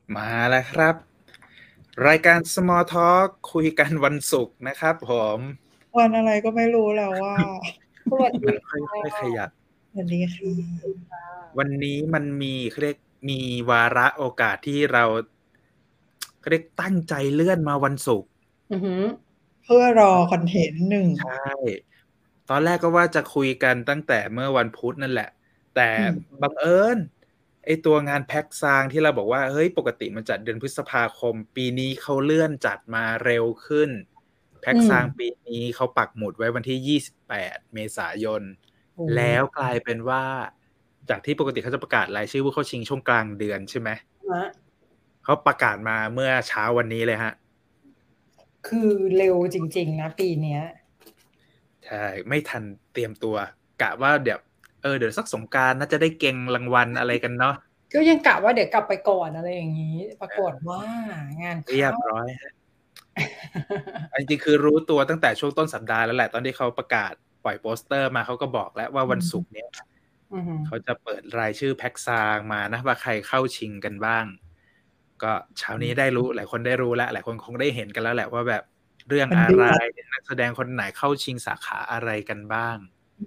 มาแล้วครับรายการ Small Talk คุยกันวันศุกร์นะครับผมวันอะไรก็ไม่รู้แล้วว่าสวัสดีมันคค่ะ่อยๆขยับสวัสดีค่ะวันนี้มันมีเขาเรียกมีวาระโอกาสที่เราเขาเรียกตั้งใจเลื่อนมาวันศุกร์อือหือเพื่อรอคอนเทนต์หนึ่งใช่ตอนแรกก็ว่าจะคุยกันตั้งแต่เมื่อวันพุธนั่นแหละแต่บังเอิญไอตัวงานแพ็กซางที่เราบอกว่าเฮ้ยปกติมันจัดเดือนพฤษภาคมปีนี้เขาเลื่อนจัดมาเร็วขึ้นแพ็กซางปีนี้เขาปักหมุดไว้วันที่28เมษายนแล้วกลายเป็นว่าจากที่ปกติเขาจะประกาศรายชื่อผู้เข้าชิงช่วงกลางเดือนใช่ไหมเขาประกาศมาเมื่อเช้าวันนี้เลยฮะคือเร็วจริงๆนะปีเนี้ยใช่ไม่ทันเตรียมตัวกะว่าเดี๋ยวสักสงกรานต์น่าจะได้เก็งรางวัลอะไรกันเนาะก็ยังกะว่าเดี๋ยวกลับไปก่อนอะไรอย่างนี้ปรากฏว่างานเรียบร้อยฮะจริงๆคือรู้ตัวตั้งแต่ช่วงต้นสัปดาห์แล้วแหละตอนที่เขาประกาศปล่อยโปสเตอร์มาเขาก็บอกแล้วว่าวันศุกร์เนี้ยเขาจะเปิดรายชื่อแพ็กซางมานะว่าใครเข้าชิงกันบ้างก็เช้านี้ได้รู้หลายคนได้รู้แล้วหลายคนคงได้เห็นกันแล้วแหละว่าแบบเรื่องอะไรนักแสดงคนไหนเข้าชิงสาขาอะไรกันบ้าง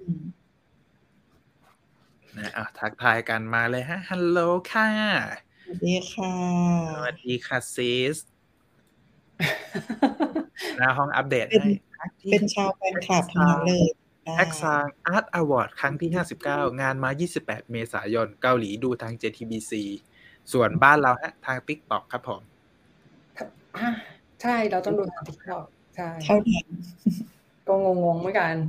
นะทักทายกันมาเลยฮะฮัลโหลค่ะสวัสดีค่ะสวัสดีค่ะซิสหน้าห้องอัปเดตให้เป็นชาวแฟนคลับทั้งนั้นเลยแพ็กซางอาร์ตอวอร์ดครั้งที่59งานมา28เมษายนเกาหลีดูทาง JTBC ส่วนบ้านเราฮะทาง TikTok ครับผมใช่เราต้องดูทาง TikTok ใช่เท่านั้นก็งงๆเหมือนกัน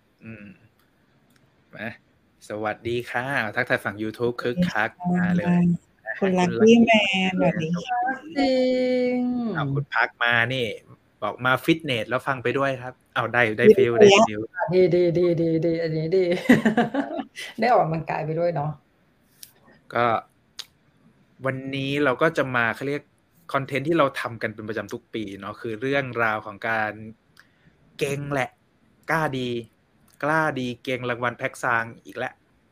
มาสวัสดีค่ะทักทายฝั่ง YouTube คึกคักมาเลยคุณลักกี้แมนสวัสดีค่ะจริงคุณพักมานี่บอกมาฟิตเนสแล้วฟังไปด้วยครับเอาได้ฟิลดีอันนี้ดีได้ออกกำลังกายไปด้วยเนาะก็วันนี้เราก็จะมาเขาเรียกคอนเทนต์ที่เราทำกันเป็นประจำทุกปีเนาะคือเรื่องราวของการเก่งแหละกล้าดีเก่งรางวัลแพ็กซางอีกแล้ว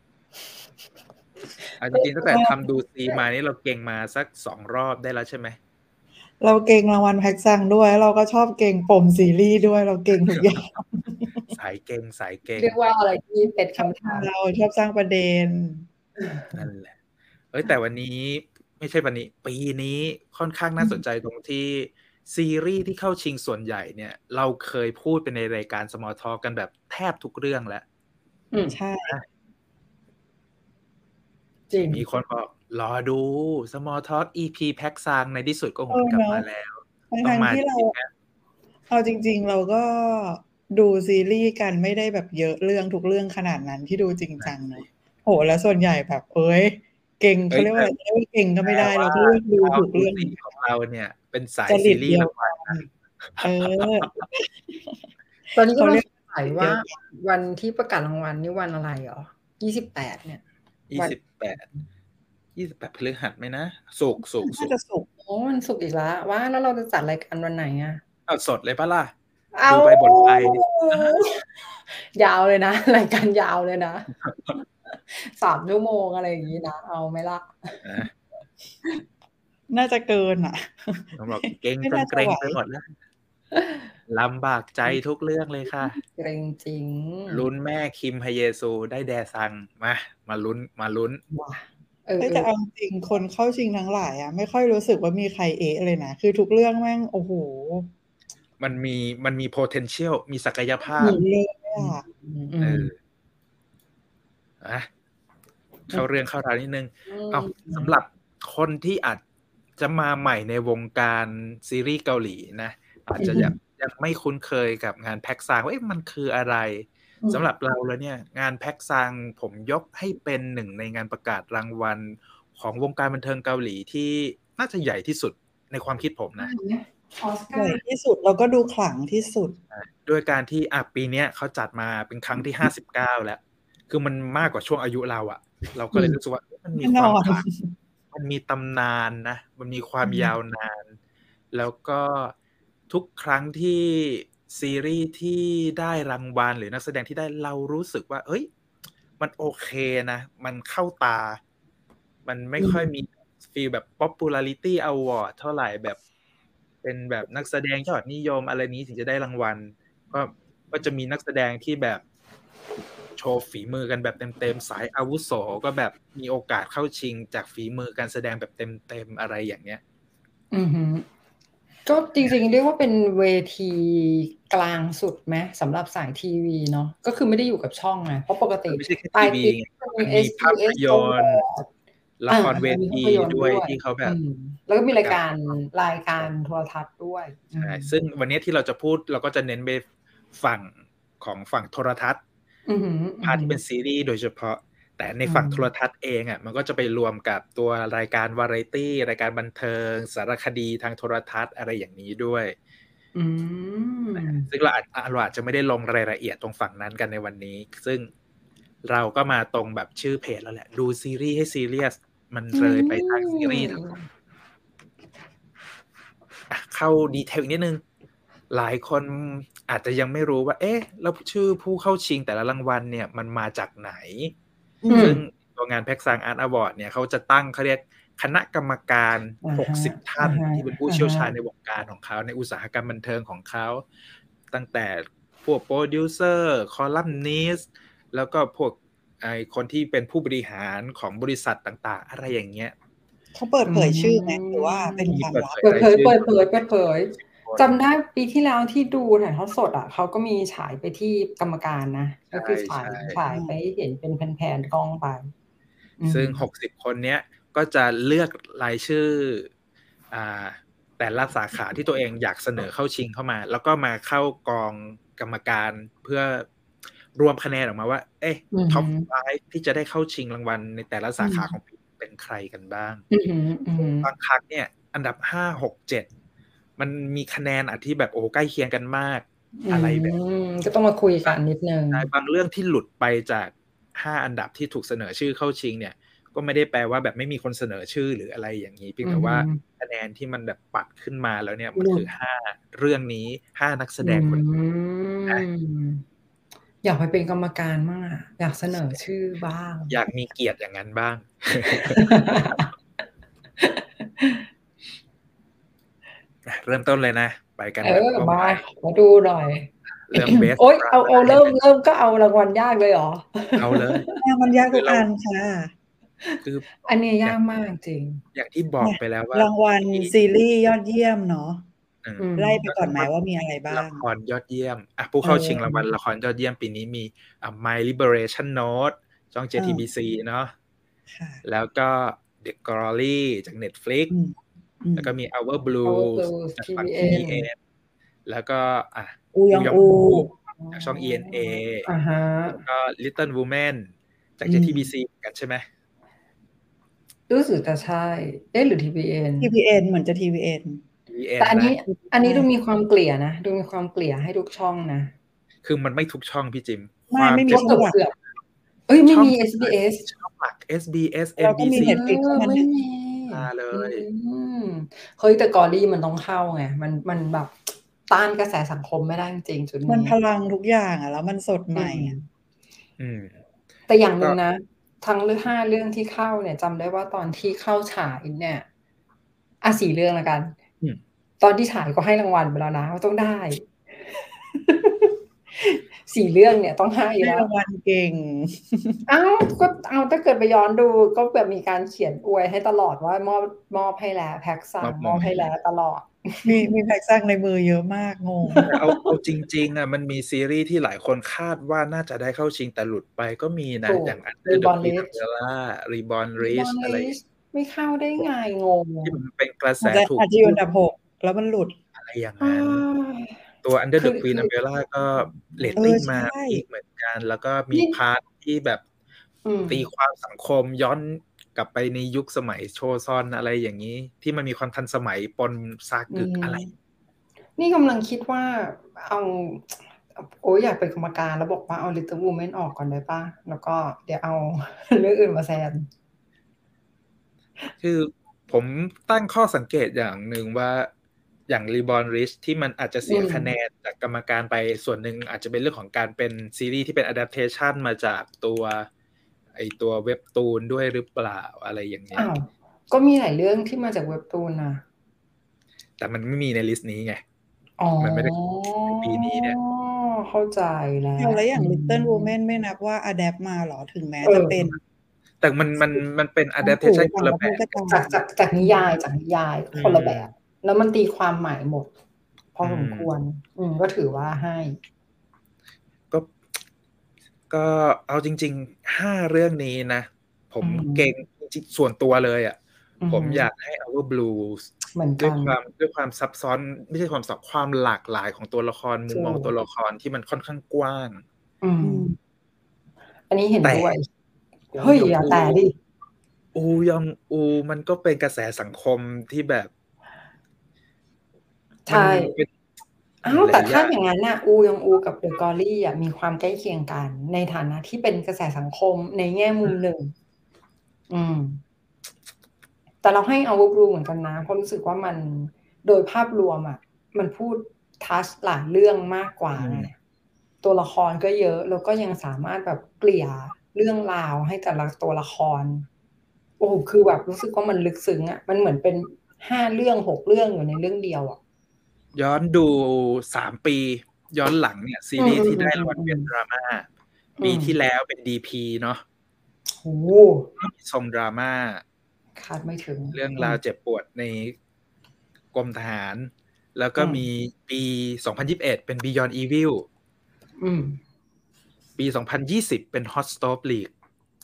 จริงๆตั้งแต่ทำดูซีมานี่เราเก่งมาสัก2 รอบได้แล้วใช่ไหมเราเก่งรางวัลแพ็กซังด้วยเราก็ชอบเก่งปมซีรีส์ด้วยเราเก่งทุกอย่างสายเก่งเรียกว่าอะไรที่เป็นคำถามเราชอบสร้างประเด็นนั่นแหละแต่วันนี้ไม่ใช่วันนี้ปีนี้ค่อนข้างน่าสนใจตรงที่ซีรีส์ที่เข้าชิงส่วนใหญ่เนี่ยเราเคยพูดไปในรายการ Small Talk กันแบบแทบทุกเรื่องแล้วใช่จริงมีคนบอกรอดู Small Talk EP แพ็กซางในที่สุดก็หวนกลับมาแล้วทั้งที่เราเอาจริงๆเราก็ดูซีรีส์กันไม่ได้แบบเยอะเรื่องทุกเรื่องขนาดนั้นที่ดูจริงจังเนอะโหแล้วส่วนใหญ่แบบเก่งเขาเรียกว่าเก่งก็ไม่ได้เราก็เลือกดูถูกเรื่องของเราเนี่ยเป็นสายซีรีส์รางวัลตอนนี้ก็สงสัยว่าวันที่ประกาศรางวัลนี่วันอะไรหรอ28เนี่ย 28พฤหัสไหมนะศุกร์น่าจะศุกร์มันศุกร์อีกแล้วว่าแล้วเราจะจัดรายการวันไหนอ่ะเอาสดเลยปะล่ะดูไปบทไปยาวเลยนะรายการยาวเลยนะ3 ชั่วโมงอะไรอย่างนี้นะเอาไหมล่ะน่าจะเกินอ่ะผมบอกเก่งจนเกรงไปหมดแล้วลำบากใจทุกเรื่องเลยค่ะเกรงจริงลุ้นแม่คิมฮเยซูได้แดซังมาลุ้นแต่เอาจริงคนเข้าชิงทั้งหลายอ่ะไม่ค่อยรู้สึกว่ามีใครเลยนะคือทุกเรื่องแม่งโอ้โหมันมี potential มีศักยภาพเลยอ่ะเข้าเรื่องเข้าราวนิดนึงเอาสำหรับคนที่อาจจะมาใหม่ในวงการซีรีส์เกาหลีนะอาจจะยังไม่คุ้นเคยกับงานแพ็กซางว่ามันคืออะไรสำหรับเราแล้วเนี่ยงานแพ็กซางผมยกให้เป็นหนึ่งในงานประกาศรางวัลของวงการบันเทิงเกาหลีที่น่าจะใหญ่ที่สุดในความคิดผมนะใหญ่ที่สุดเราก็ดูขลังที่สุดด้วยการที่ปีนี้เขาจัดมาเป็นครั้งที่59แล้วคือมันมากกว่าช่วงอายุเราอะเราก็เลยรู้สึกว่ามันมีความขลังมันมีตำนานนะมันมีความยาวนานแล้วก็ทุกครั้งที่ซีรีส์ที่ได้รางวัลหรือนักแสดงที่ได้เรารู้สึกว่ามันโอเคนะมันเข้าตามันไม่ค่อยมีฟีลแบบ popularity award เท่าไหร่แบบเป็นแบบนักแสดงยอดนิยมอะไรนี้ถึงจะได้รางวัลก็จะมีนักแสดงที่แบบโชว์ฝีมือกันแบบเต็มๆสายอาวุโสก็แบบมีโอกาสเข้าชิงจากฝีมือการแสดงแบบเต็มๆอะไรอย่างเงี้ยก็จริงๆเรียกว่าเป็นเวทีกลางสุดไหมสำหรับสายทีวีเนาะก็คือไม่ได้อยู่กับช่องไงเพราะปกติไม่ใช่แค่ทีวีมันมีภาพยนตร์ละครเวทีด้วยที่เขาแบบแล้วก็มีรายการโทรทัศน์ด้วยใช่ซึ่งวันนี้ที่เราจะพูดเราก็จะเน้นไปฝั่งโทรทัศน์พาร์ทที่เป็นซีรีส์โดยเฉพาะแต่ในฝั่งโทรทัศน์เองอ่ะมันก็จะไปรวมกับตัวรายการวาไรตี้รายการบันเทิงสารคดีทางโทรทัศน์อะไรอย่างนี้ด้วยซึ่งเราอาจจะไม่ได้ลงรายละเอียดตรงฝั่งนั้นกันในวันนี้ซึ่งเราก็มาตรงแบบชื่อเพจแล้วแหละดูซีรีส์ให้ซีเรียสมันเลยไปทางซีรีส์ทั้งเข้าดีเทลอีกนิดนึงหลายคนอาจจะยังไม่รู้ว่าเอ๊ะแล้วชื่อผู้เข้าชิงแต่ละรางวัลเนี่ยมันมาจากไหนซึ่งตัวงานแพ็กซังอาร์ตอวอร์ดเนี่ยเขาจะตั้งเขาเรียกคณะกรรมการ60ท่านที่เป็นผู้เชี่ยวชาญในวงการของเขาในอุตสาหกรรมบันเทิงของเขาตั้งแต่พวกโปรดิวเซอร์คอลัมนิสต์แล้วก็พวกไอคนที่เป็นผู้บริหารของบริษัทต่างๆอะไรอย่างเงี้ยเขาเปิดเผยชื่อไหมหรือว่าเป็นความลับเปิดเผยจำได้ปีที่แล้วที่ดูถ่ายทอดสดอ่ะเขาก็มีฉายไปที่กรรมการนะก็คือฉายไปเห็นเป็นแผ่นๆกล้องไปซึ่ง60คนเนี้ยก็จะเลือกรายชื่อแต่ละสาขาที่ตัวเองอยากเสนอเข้าชิงเข้ามาแล้วก็มาเข้ากองกรรมการเพื่อรวมคะแนนออกมาว่าท็อป5ที่จะได้เข้าชิงรางวัลในแต่ละสาขาของปีเป็นใครกันบ้างบางครั้งเนี่ยอันดับ5 6 7มันมีคะแนนที่แบบใกล้เคียงกันมากอะไรแบบก็ต้องมาคุยกันนิดนึงบางเรื่องที่หลุดไปจาก5อันดับที่ถูกเสนอชื่อเข้าชิงเนี่ยก็ไม่ได้แปลว่าแบบไม่มีคนเสนอชื่อหรืออะไรอย่างนี้เพียงแต่ว่าคะแนนที่มันแบบปัดขึ้นมาแล้วเนี่ยมันคือ5เรื่องนี้5นักแสดงคนนี้อยากไปเป็นกรรมการมากอยากเสนอชื่อบ้างอยากมีเกียรติอย่างนั้นบ้าง เริ่มต้นเลยนะไปกันแบบมาดูหน่อยเรื่องเบสเอาเริ่มก็เอารางวัลยากเลยเหรอเอาเลยมันยากทุกอันค่ะคืออันนี้ยากมากจริงอย่างที่บอกไปแล้วว่ารางวัลซีรีส์ยอดเยี่ยมเนาะไล่ไปก่อนไหมว่ามีอะไรบ้างละครยอดเยี่ยมผู้เข้าชิงรางวัลละครยอดเยี่ยมปีนี้มีMy Liberation Note ช่อง JTBC เนาะแล้วก็ The Glory จาก Netflix แล้วก็มี Our Blue จากฝั่ง TVN แล้วก็อูยองอูจากช่อง ENA แล้วก็ Little Women จาก JTBC กันใช่ไหมรู้สึกจะใช่หรือ TVN เหมือนจะ TVN แต่อันนี้ดูมีความเกลี่ยนะดูมีความเกลี่ยให้ทุกช่องนะคือมันไม่ทุกช่องพี่จิมไม่มีช่องหลักไม่มี SBS ช่องหลัก SBS แล้วก็มี Netflix ไม่มีเลยเฮ้ยแต่กอรี่มันต้องเข้าไงมันแบบต้านกระแสสังคมไม่ได้จริงๆจุดนี้มันพลังทุกอย่างแล้วมันสดใหม่แต่อย่างนึงนะทั้ง5เรื่องที่เข้าเนี่ยจำได้ว่าตอนที่เข้าฉายเนี่ย4เรื่องละกันตอนที่ฉายก็ให้รางวัลไปแล้วนะว่าต้องได้4เรื่องเนี่ยต้องให้แล้วรางวัลเก่งก็เอาถ้าเกิดไปย้อนดูก็แบบมีการเขียนอวยให้ตลอดว่ามอบให้แล้วแพ็กซังมอบให้แล้วตลอดมีแพ็กซังในมือเยอะมากงงเอาจริงๆมันมีซีรีส์ที่หลายคนคาดว่าน่าจะได้เข้าชิงแต่หลุดไปก็มีนะอย่าง Reborn Rish อะไรไม่เข้าได้ไงงงที่มันเป็นกระแสถูกอาจจะอยู่อันดับ6แล้วมันหลุดอะไรอย่างนั้นตัว Under the Queen Umbrella ก็เรตติ้งมาอีกเหมือนกันแล้วก็มีพาร์ทที่แบบตีความสังคมย้อนกลับไปในยุคสมัยโชซอนอะไรอย่างนี้ที่มันมีความทันสมัยปนซากึกอะไรนี่กำลังคิดว่าอยากเป็นกรรมการแล้วบอกว่าเอา Little Women ออกก่อนได้ป่ะแล้วก็เดี๋ยวเอาเรื่องอื่นมาแทนคือผมตั้งข้อสังเกตอย่างหนึ่งว่าอย่าง Reborn Rish ที่มันอาจจะเสียคะแนนจากกรรมการไปส่วนหนึ่งอาจจะเป็นเรื่องของการเป็นซีรีส์ที่เป็น adaptation มาจากตัวเว็บตูนด้วยหรือเปล่าอะไรอย่างเงี้ยก็มีหลายเรื่องที่มาจากเว็บตูนนะแต่มันไม่มีในลิสต์นี้ไงอ๋อมันไม่ได้ปีนี้เนี่ยเข้าใจแล้วแล้วอย่าง Little Women ไม่นับว่า adapt มาหรอถึงแม้จะเป็นแต่มันเป็น adaptation คนละแบบจากนิยายคนละแบบ แล้วมันตีความใหม่หมดพอสมควรก็ถือว่าให้ก็เอาจริงๆ5เรื่องนี้นะผมเก่งส่วนตัวเลยอ่ะผมอยากให้ Our Blues ด้วยความซับซ้อนไม่ใช่ความซับความหลากหลายของตัวละครมุมมองตัวละครที่มันค่อนข้างกว้างอันนี้เห็นด้วยเฮ้ยอย่าแต่ดิอูยองอูมันก็เป็นกระแสสังคมที่แบบใช่แต่ถ้าอย่างนั้นน่ะอูยองอูกับเดอะกอรี่อ่ะมีความใกล้เคียงกันในฐานะที่เป็นกระแสสังคมในแง่มุมหนึ่งแต่เราให้เอาบลูเหมือนกันนะเพราะรู้สึกว่ามันโดยภาพรวมอ่ะมันพูดทัชหลายเรื่องมากกว่าไงตัวละครก็เยอะแล้วก็ยังสามารถแบบเกลี่ยเรื่องราวให้แต่ละตัวละครโอ้คือแบบรู้สึกว่ามันลึกซึ้งอ่ะมันเหมือนเป็น5 เรื่อง 6 เรื่องอยู่ในเรื่องเดียวอ่ะย้อนดู3 ปีย้อนหลังเนี่ยซีรีส์ที่ได้รางวัลเป็นดราม่าปีที่แล้วเป็น DP เนาะโอ้มีทรงดราม่าคาดไม่ถึงเรื่องราวเจ็บปวดในกรมทหารแล้วก็มีปี2021เป็น Beyond Evil ปี2020เป็น Hot Stove League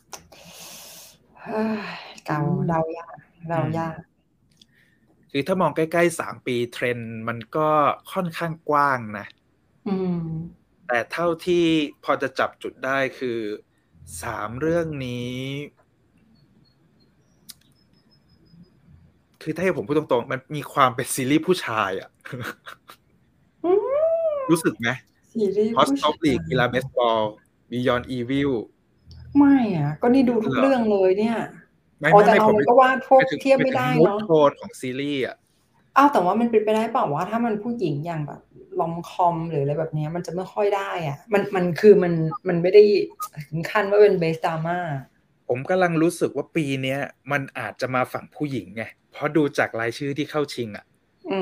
เดายากคือถ้ามองใกล้ๆ3 ปีเทรนด์มันก็ค่อนข้างกว้างนะแต่เท่าที่พอจะจับจุดได้คือ3 เรื่องนี้คือถ้าให้ผมพูดตรงๆมันมีความเป็นซีรีส์ผู้ชายอ่ะรู้สึกไหม Hot Stove League กีฬาเบสบอล Beyond Evil ไม่อ่ะก็นี่ดูทุกเรื่องเลยเนี่ยแต่เราก็วาดพวกเทียบไม่ได้เนาะโทนของซีรีส์อ่ะแต่ว่ามันเป็นไปได้เปล่าว่าถ้ามันผู้หญิงอย่างแบบลอมคอมหรืออะไรแบบนี้มันจะไม่ค่อยได้อ่ะมันคือมันไม่ได้ถึงขั้นว่าเป็นเบสดราม่าผมกำลังรู้สึกว่าปีนี้มันอาจจะมาฝั่งผู้หญิงไงเพราะดูจากรายชื่อที่เข้าชิงอ่ะ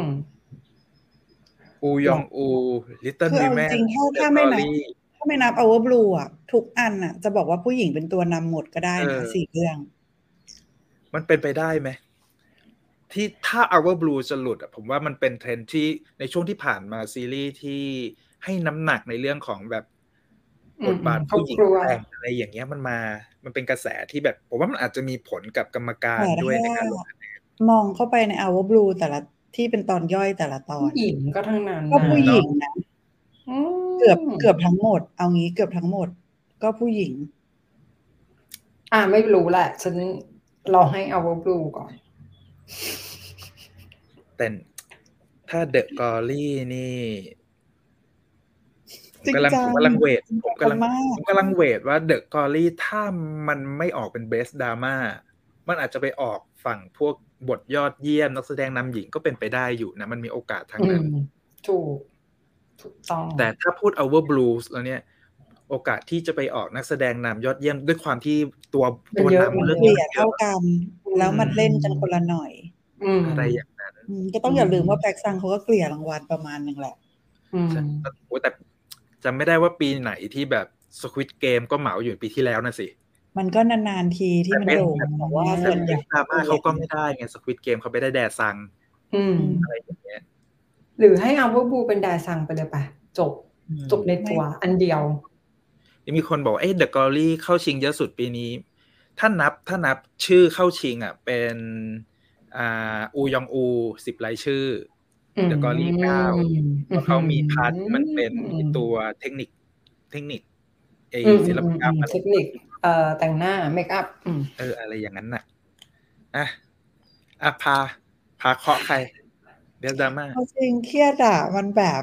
อูยองอู Little Women จริงถ้าไม่นับ Our Blue อ่ะทุกอันอ่ะจะบอกว่าผู้หญิงเป็นตัวนำหมดก็ได้นะ4 เรื่องมันเป็นไปได้ไหมที่ถ้า Our Blue จะหลุดผมว่ามันเป็นเทรนด์ที่ในช่วงที่ผ่านมาซีรีส์ที่ให้น้ำหนักในเรื่องของแบบบทบาทผู้หญิงแต่งอะไรอย่างเงี้ยมันเป็นกระแสที่แบบผมว่ามันอาจจะมีผลกับกรรมการด้วยในการลงคะแนนมองเข้าไปใน Our Blue แต่ละที่เป็นตอนย่อยแต่ละตอนผู้หญิงก็ทั้งนั้นก็ผู้หญิงนะเกือบทั้งหมดเอางี้เกือบทั้งหมดก็ผู้หญิงไม่รู้แหละฉันเราให้ Our Blue ก่อนแต่ถ้า The Glory นี่ผมกำลังเวทว่า The Glory ถ้ามันไม่ออกเป็น Best Drama มันอาจจะไปออกฝั่งพวกบทยอดเยี่ยมนักแสดงนำหญิงก็เป็นไปได้อยู่นะมันมีโอกาสทางนั้นถูกต้องแต่ถ้าพูด Our Blues แล้วเนี่ยโอกาสที่จะไปออกนักแสดงนำยอดเยี่ยมด้วยความที่ตัวนำเรื่องนี้เท่ากันแล้วมันเล่นกันคนละหน่อยอะไรอย่างนั้นก็ต้องอย่าลืมว่าแพ็กซังเขาก็เกลี่ยรางวัลประมาณนึงแหละแต่จำไม่ได้ว่าปีไหนที่แบบ Squid Game ก็เหมาอยู่ปีที่แล้วนะสิมันก็นานๆทีที่มันโด่งแต่ว่าส่วนใหญ่ดราม่าเขาก็ไม่ได้ไง Squid Game เขาไม่ได้แดซังอะไรอย่างเงี้ยหรือให้Our Blueเป็นแดซังไปเลยป่ะจบในตัวอันเดียวมีคนบอกThe Glory เข้าชิงเยอะสุดปีนี้ถ้านับชื่อเข้าชิงอ่ะเป็นอูยองอู10 รายชื่อThe Glory 9เพราะเขามีพาร์ทมันเป็นตัวเทคนิคศิลปกรรมเทคนิคแต่งหน้าเมคอัพอะไรอย่างนั้นน่ะพาเคาะใครเดี๋ยวดราม่าจริงเครียดอ่ะมันแบบ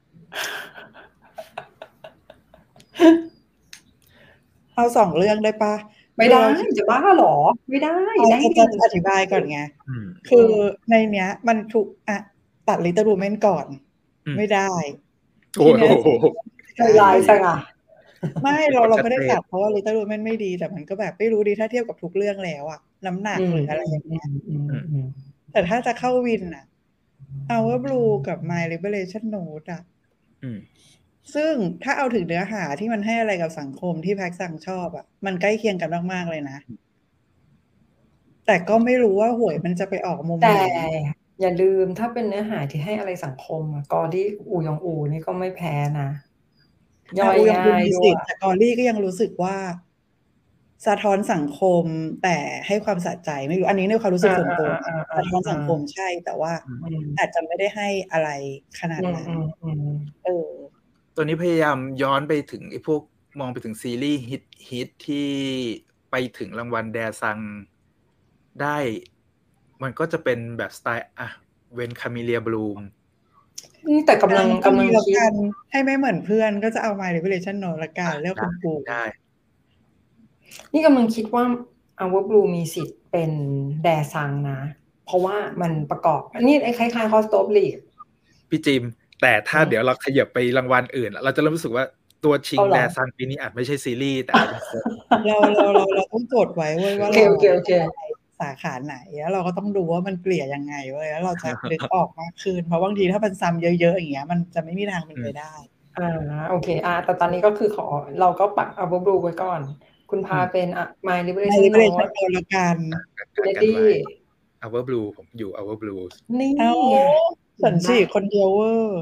เอา2 เรื่องได้ปะไม่ได้จะบ้าหรอไม่ได้จะอธิบายก่อนไงคือในเนี้ยมันถูกตัด Little Women ก่อนไม่ได้โอ้โหลายจังอ่ะไม่เราไม่ได้ตัดเพราะว่า Little Women ไม่ดีแต่มันก็แบบไม่รู้ดีถ้าเทียบกับทุกเรื่องแล้วอะน้ำหนักหรืออะไรอย่างเงี้ยแต่ถ้าจะเข้าวินอะ Our Blue กับ My Liberation Note อะซึ่งถ้าเอาถึงเนื้อหาที่มันให้อะไรกับสังคมที่แพ็กซังชอบอะมันใกล้เคียงกันมากๆเลยนะแต่ก็ไม่รู้ว่าหวยมันจะไปออกมุมไหนแต่อย่าลืมถ้าเป็นเนื้อหาที่ให้อะไรสังคมกอรี่อูยองอูนี่ก็ไม่แพ้นะย่อยง่ายด้วยแต่กอรี่ก็ยังรู้สึกว่าสะท้อนสังคมแต่ให้ความสะใจไม่รู้อันนี้ในความรู้สึกส่วนตัวสะท้อนสังคมใช่แต่ว่าอาจจะไม่ได้ให้อะไรขนาดนั้นตัวนี้พยายามย้อนไปถึงไอ้พวกมองไปถึงซีรีส์ฮิตที่ไปถึงรางวัลแดซังได้มันก็จะเป็นแบบสไตล์เวนคามิเลียบลูมแต่กำลังคิดให้ไม่เหมือนเพื่อนก็จะเอา My Liberation Note ละกันเลือกคุณปู่ได้นี่กำลังคิดว่า Our Blue มีสิทธิ์เป็นแดซังนะเพราะว่ามันประกอบอันนี้คล้ายๆ Hot Stove League พี่จิมแต่ถ้าเดี๋ยวเราขยับไปรางวัลอื่นเราจะเริ่มรู้สึกว่าตัวชิงแดซังปีนี้อาจไม่ใช่ซีรีส์แต่เป็นคนเราต้องจดไว้ว่าเราสาขาไหนแล้วเราก็ต้องดูว่ามันเกลี่ยยังไงเว้ยแล้วเราจะนึกออกมากขึ้นเพราะบางทีถ้ามันซ้ำเยอะๆอย่างเงี้ยมันจะไม่มีทางเป็นไปได้โอเคแต่ตอนนี้ก็คือเราก็ปัก Our Blue ไว้ก่อนคุณพาเป็น My Liberation Note ละกันเลดี้ Our Blue ผมอยู่ Our Blue นี่สันฉีคนเดียวเวอร์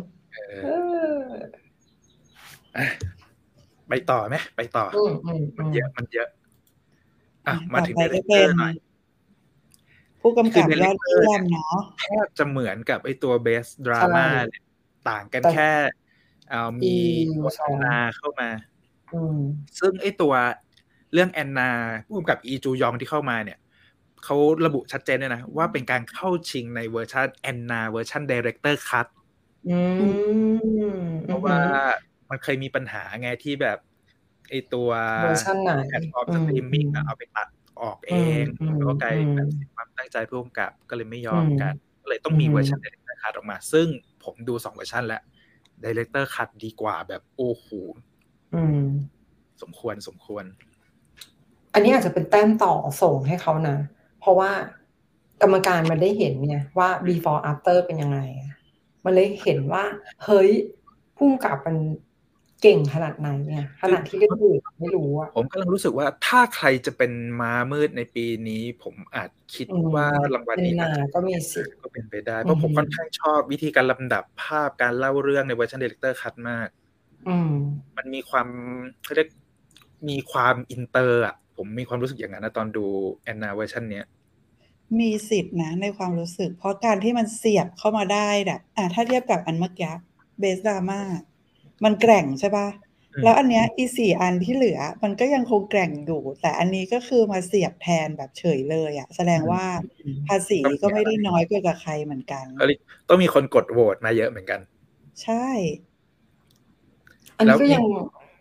ไปต่อไหมไปต่อมันเยอะมาถึง Director หน่อยผู้กำกับยอดเยี่ยมเนาะแทบจะเหมือนกับไอ้ตัว Best Drama เนี่ยต่างกันแค่มีบทแอนนาเข้ามาซึ่งไอ้ตัวเรื่องแอนนาผู้กำกับอีจูยองที่เข้ามาเนี่ยเขาระบุชัดเจนด้วยนะว่าเป็นการเข้าชิงในเวอร์ชันแอนนาเวอร์ชัน Director Cut เพราะว่ามันเคยมีปัญหาไงที่แบบไอ้ตัวเวอร์ชันไหนแพลตฟอร์มสตรีมมิ่งเอาไปตัดออกเองแล้วก็กลายเป็นความตั้งใจผู้กำกับก็เลยไม่ยอมกันก็เลยต้องมีเวอร์ชัน Director Cut ออกมาซึ่งผมดู2เวอร์ชันแล้ว Director Cut ดีกว่าแบบโอ้โหสมควรอันนี้อาจจะเป็นแต้มต่อส่งให้เขานะเพราะว่ากรรมการมันได้เห็นเนี่ยว่า before after เป็นยังไงมันเลยเห็นว่าเฮ้ยผู้กำกับมันเก่งขนาดไหนเนี่ยขนาดที่ก็ดูไม่รู้ผมกำลังรู้สึกว่าถ้าใครจะเป็นม้ามืดในปีนี้ผมอาจคิดว่ารางวัลนี้ก็มีสิทธิ์ก็เป็นไปได้เพราะผมค่อนข้างชอบวิธีการลำดับภาพการเล่าเรื่องในเวอร์ชัน Director Cut มากมันมีความเขาเรียกมีความอินเตอร์ผมมีความรู้สึกอย่างนั้นนะตอนดูแอนนาเวอร์ชันเนี้ยมีสิทธิ์นะในความรู้สึกเพราะการที่มันเสียบเข้ามาได้แบบถ้าเทียบกับอันเมื่อกี้เบสดราม่ามันแกร่งใช่ป่ะแล้วอันเนี้ยอี4อันที่เหลือมันก็ยังคงแกร่งอยู่แต่อันนี้ก็คือมาเสียบแทนแบบเฉยเลยแสดงว่าภาษีก็ไม่ได้น้อยกว่ากับใครเหมือนกันต้องมีคนกดโหวตมาเยอะเหมือนกันใช่อันนี้ก็ยัง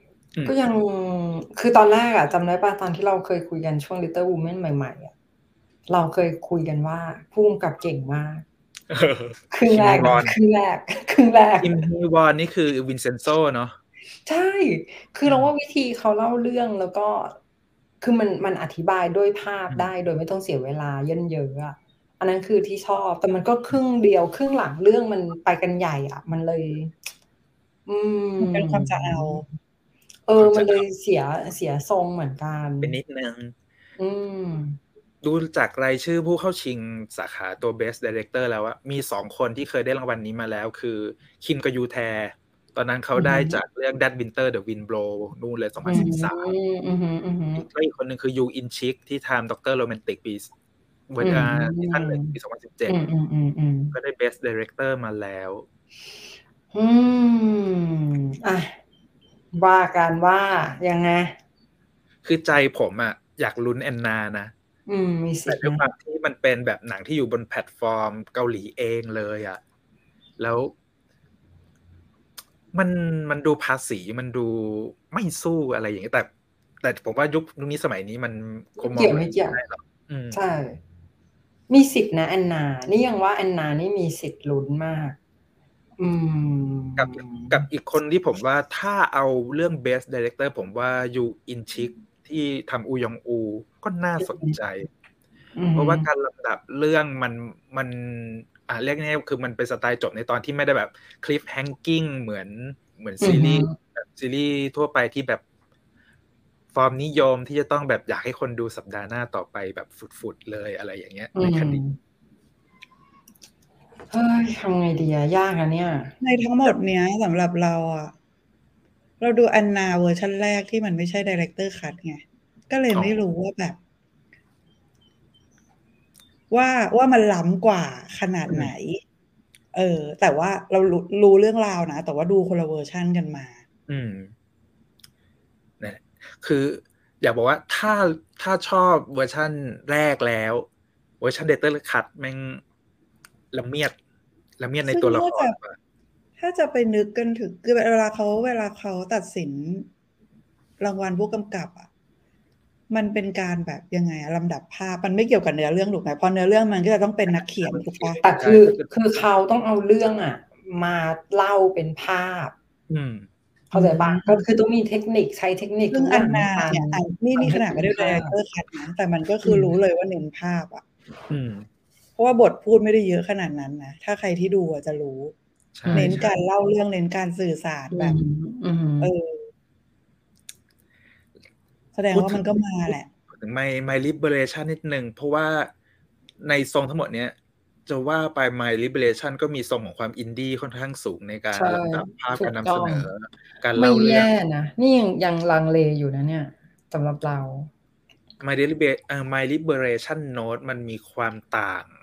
คือตอนแรกจำได้ป่ะตอนที่เราเคยคุยกันช่วง Little Women ใหม่ๆเราเคยคุยกันว่าผู้กำกับเก่งมากครึ่งแรกคิมฮีวอนนี่คือวินเซนโซเนาะใช่คือเราว่าวิธีเขาเล่าเรื่องแล้วก็คือมันอธิบายด้วยภาพได้โดยไม่ต้องเสียเวลาเยินเยอะอันนั้นคือที่ชอบแต่มันก็ครึ่งเดียวครึ่งหลังเรื่องมันไปกันใหญ่มันเลยเป็นความจะเอามันเลยเสียทรงเหมือนกันเป็นนิดนึงดูจากรายชื่อผู้เข้าชิงสาขาตัว Best Director แล้วมี2คนที่เคยได้รางวัลนี้มาแล้วคือคิมกยูแทตอนนั้นเขาได้จากเรื่อง That Winter the Wind Blow นู่นเลย2013อีกคนหนึ่งคือยูอินชิกที่ทำด็อกเตอร์โรแมนติกปีที่ท่าน1ปี2017ก็ได้ Best Director มาแล้วว่ากันว่ายังไงคือใจผมอยากลุ้นแอนนานะมีสิทธิ์แต่ด้วยความที่มันเป็นแบบหนังที่อยู่บนแพลตฟอร์มเกาหลีเองเลยแล้วมันดูภาษีมันดูไม่สู้อะไรอย่างเงี้ยแต่ผมว่ายุคนี้สมัยนี้มันคงมองไม่เกี่ยวใช่มีสิทธิ์นะแอนนานี่ยังว่าแอนนานี่มีสิทธิ์ลุ้นมากกับอีกคนที่ผมว่าถ้าเอาเรื่อง Best Director ผมว่ายูอินชิกที่ทำอูยองอูก็น่าสนใจเพราะว่าการลำดับเรื่องมันเรียกง่ายๆคือมันเป็นสไตล์จบในตอนที่ไม่ได้แบบคลิฟแฮงกิ้งเหมือนซีรีส์แบบซีรีส์ทั่วไปที่แบบฟอร์มนิยมที่จะต้องแบบอยากให้คนดูสัปดาห์หน้าต่อไปแบบฟุดๆเลยอะไรอย่างเงี้ยในคดีเฮ้ยทำไงดียากอะเนี่ยในทั้งหมดเนี้ยสำหรับเราเราดูอันนาเวอร์ชันแรกที่มันไม่ใช่ Director Cut ไงก็เลยไม่รู้ว่าแบบว่ามันล้ำกว่าขนาดไหนแต่ว่าเรารู้เรื่องราวนะแต่ว่าดูคนละเวอร์ชันกันมาเนี่ยคืออยากบอกว่าถ้าชอบเวอร์ชันแรกแล้วเวอร์ชัน Director Cut แม่งละเมียดในตัวละครถ้าจะไปนึกกันถึงคือเวลาเขาตัดสินรางวัลผู้กำกับมันเป็นการแบบยังไงลำดับภาพมันไม่เกี่ยวกับเนื้อเรื่องถูกไหมเพราะเนื้อเรื่องมันก็จะต้องเป็นนักเขียนถูกปะแต่คือเขาต้องเอาเรื่องมาเล่าเป็นภาพเข้าใจปะก็คือต้องมีเทคนิคใช้เทคนิคทุกอย่างเนี่ยนี่ขนาดไม่ได้เป็น Director Cut นะแต่มันก็คือรู้เลยว่าเน้นภาพเพราะว่าบทพูดไม่ได้เยอะขนาดนั้นนะถ้าใครที่ดูจะรู้เน้นการเล่าเรื่องเน้นการสื่อสารแบบแสดงว่ามันก็มาแหละถึงMy Liberation นิดนึงเพราะว่าในทรงทั้งหมดเนี้ยจะว่าไป My Liberation ก็มีทรงของความอินดี้ค่อนข้างสูงในการลำดับภาพการนำเสนอการเล่าเรื่องไม่แย่นะนี่ยังลังเลอยู่นะเนี่ยสำหรับเรา My Liberation Note มันมีความต่าง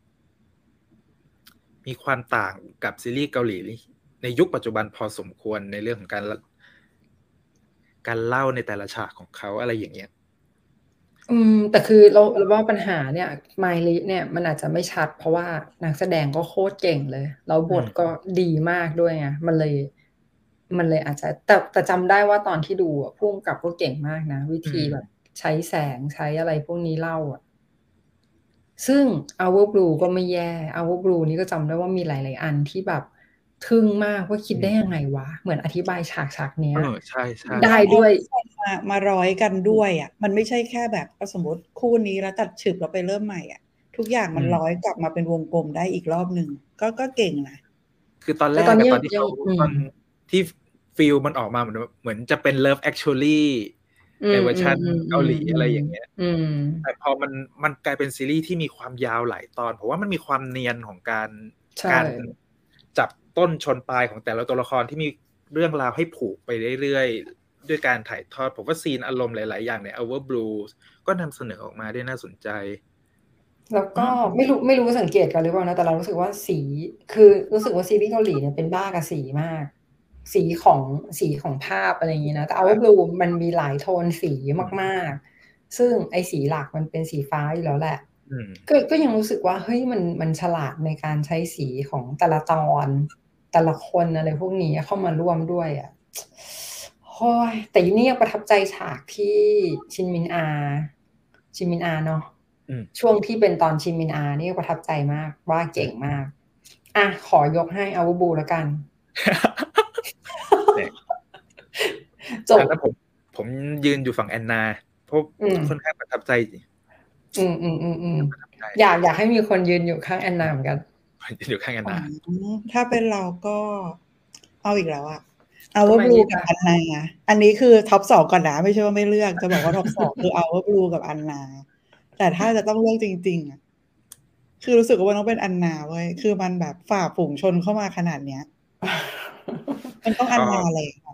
กับซีรีส์เกาหลีในยุคปัจจุบันพอสมควรในเรื่องของการเล่าในแต่ละฉากของเขาอะไรอย่างเงี้ยแต่คือเราว่าปัญหาเนี่ยไมลิเนี่ยมันอาจจะไม่ชัดเพราะว่านักแสดงก็โคตรเก่งเลยแล้วบทก็ดีมากด้วยไงมันเลยอาจจะแต่จำได้ว่าตอนที่ดูผู้กำกับก็เก่งมากนะวิธีแบบใช้แสงใช้อะไรพวกนี้เล่าซึ่ง Our Blue ก็ไม่แย่ Our Blue นี่ก็จำได้ว่ามีหลายๆอันที่แบบทึ่งมากว่าคิดได้ยังไงวะเหมือนอธิบายฉากเนี้ยใช่ได้ด้วยมาร้อยกันด้วยมันไม่ใช่แค่แบบสมมติคู่นี้แล้วตัดฉึกแล้วไปเริ่มใหม่ทุกอย่างมันร้อยกลับมาเป็นวงกลมได้อีกรอบหนึ่งก็เก่งนะคือตอนแรกตอนที่เขาตอนที่ฟิลมันออกมาเหมือนจะเป็น Love Actually ในเวอร์ชันเกาหลีอะไรอย่างเงี้ยแต่พอมันกลายเป็นซีรีส์ที่มีความยาวหลายตอนเพราะว่ามันมีความเนียนของการจับต้นชนปลายของแต่ละตัวละครที่มีเรื่องราวให้ผูกไปเรื่อยๆด้วยการถ่ายทอดผมว่าซีนอารมณ์หลายๆอย่างใน Our Blue ก็นำเสนอออกมาได้น่าสนใจแล้วก็ไม่รู้สังเกตกันหรือเปล่านะแต่เรารู้สึกว่าสีคือรู้สึกว่าซีรีส์เกาหลีเนี่ยเป็นบ้ากับสีมากสีของภาพอะไรอย่างนี้นะแต่ Our Blue มันมีหลายโทนสีมากๆซึ่งไอ้สีหลักมันเป็นสีฟ้าอยู่แล้วแหละก็ยังรู้สึกว่าเฮ้ยมันฉลาดในการใช้สีของแต่ละตอนแต่ละคนอะไรพวกนี้เข้ามาร่วมด้วยโอ้ยแต่นี่ยังประทับใจฉากที่ชินมินอาเนาะช่วงที่เป็นตอนชินมินอานี่ประทับใจมากว่าเก่งมากขอยกให้Our Blueแล้วกันจบแล้วผมยืนอยู่ฝั่งแอนนาเพราะค่อนข้างประทับใจอยากให้มีคนยืนอยู่ข้างแอนนาเหมือนกันยืนอยู่ข้างแอนนาถ้าเป็นเราก็เอาอีกแล้วOur Blue กับอันนาอันนี้คือท็อป2ก่อนนะไม่ใช่ว่าไม่เลือกจะบอกว่าท็อป2คือ Our Blue กับอันนาแต่ถ้าจะต้องเลือกจริงๆคือรู้สึกว่าต้องเป็นอันนาเว้ยคือมันแบบฝ่าฝูงชนเข้ามาขนาดเนี้ยมันต้องอันนาเลยค่ะ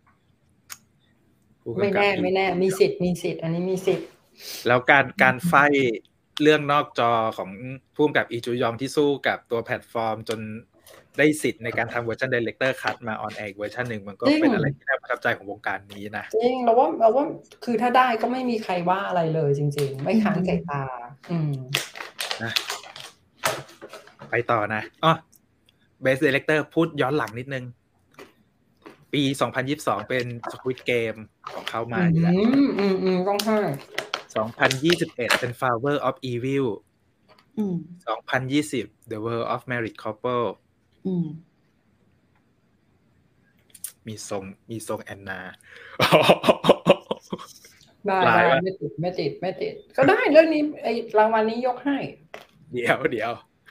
ไม่แน่มีสิทธิ์อันนี้มีสิทธิ์แล้วการไฟเรื่องนอกจอของผู้กำกับอีจูยองที่สู้กับตัวแพลตฟอร์มจนได้สิทธิ์ในการทำเวอร์ชัน Director Cut มาออนแอร์เวอร์ชันหนึ่งมันก็เป็นอะไรที่น่าประทับใจของวงการนี้นะจริงเราว่าคือถ้าได้ก็ไม่มีใครว่าอะไรเลยจริงๆไม่ค้านสายตานะไปต่อนะBest Director พูดย้อนหลังนิดนึงปี2022เป็น Squid Game ของเขามาอยู่แล้วต้องให้ 2021เป็น Flower of Evil 2020 The World of Married Couple มีทรงแอนนาได้ไม่ติดก็ได้เรื่องนี้ไอ้รางวัลนี้ยกให้เดี๋ยว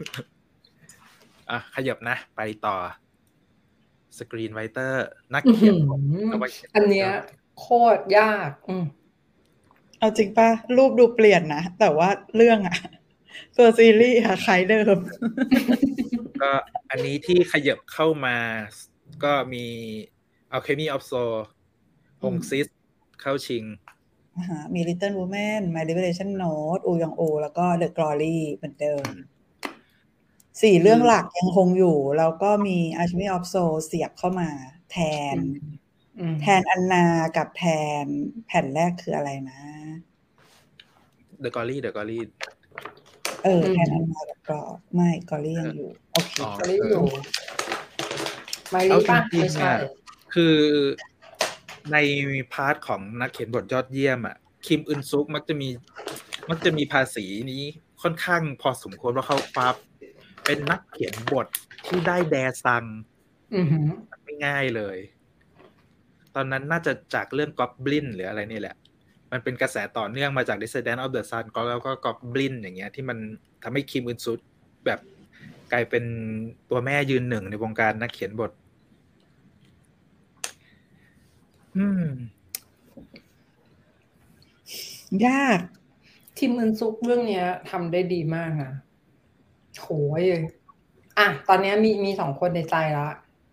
ขยับนะไปต่อสกรีนไรเตอร์นักเขียนอันเนี้ยโคตรยากเอาจริงป่ะรูปดูเปลี่ยนนะแต่ว่าเรื่องอะตัวซีรีส์คล้ายเดิมก็อันนี้ที่ขยับเข้ามาก็มี Alchemy of Soul ฮงซิสเข้าชิงมี Little Women My Liberation Note อูยองอูแล้วก็ The Glory เหมือนเดิม4เรื่องหลักยังคงอยู่แล้วก็มี Alchemy of Soul เสียบเข้ามาแทนอันนากับแทนแผ่นแรกคืออะไรนะ The Glory แทนอันนากับก็ไม่ Glory ยังอยู่โอเค Glory อยู่ไม่รีบไม่ใช่คือในพาร์ทของนักเขียนบทยอดเยี่ยมอ่ะคิมอึนซุกมักจะมีภาษีนี้ค่อนข้างพอสมควรว่าเขาปั๊บเป็นนักเขียนบทที่ได้แดซังไม่ง่ายเลยตอนนั้นน่าจะจากเรื่อง Goblin หรืออะไรนี่แหละมันเป็นกระแสต่อเนื่องมาจาก Descendant of the Sun แล้วก็ Goblin อย่างเงี้ยที่มันทำให้คิมอึนซุกแบบกลายเป็นตัวแม่ยืนหนึ่งในวงการนักเขียนบทยากคิมอึนซุกเรื่องเนี้ยทำได้ดีมากนะโหยตอนนี้มี2คนในใจละ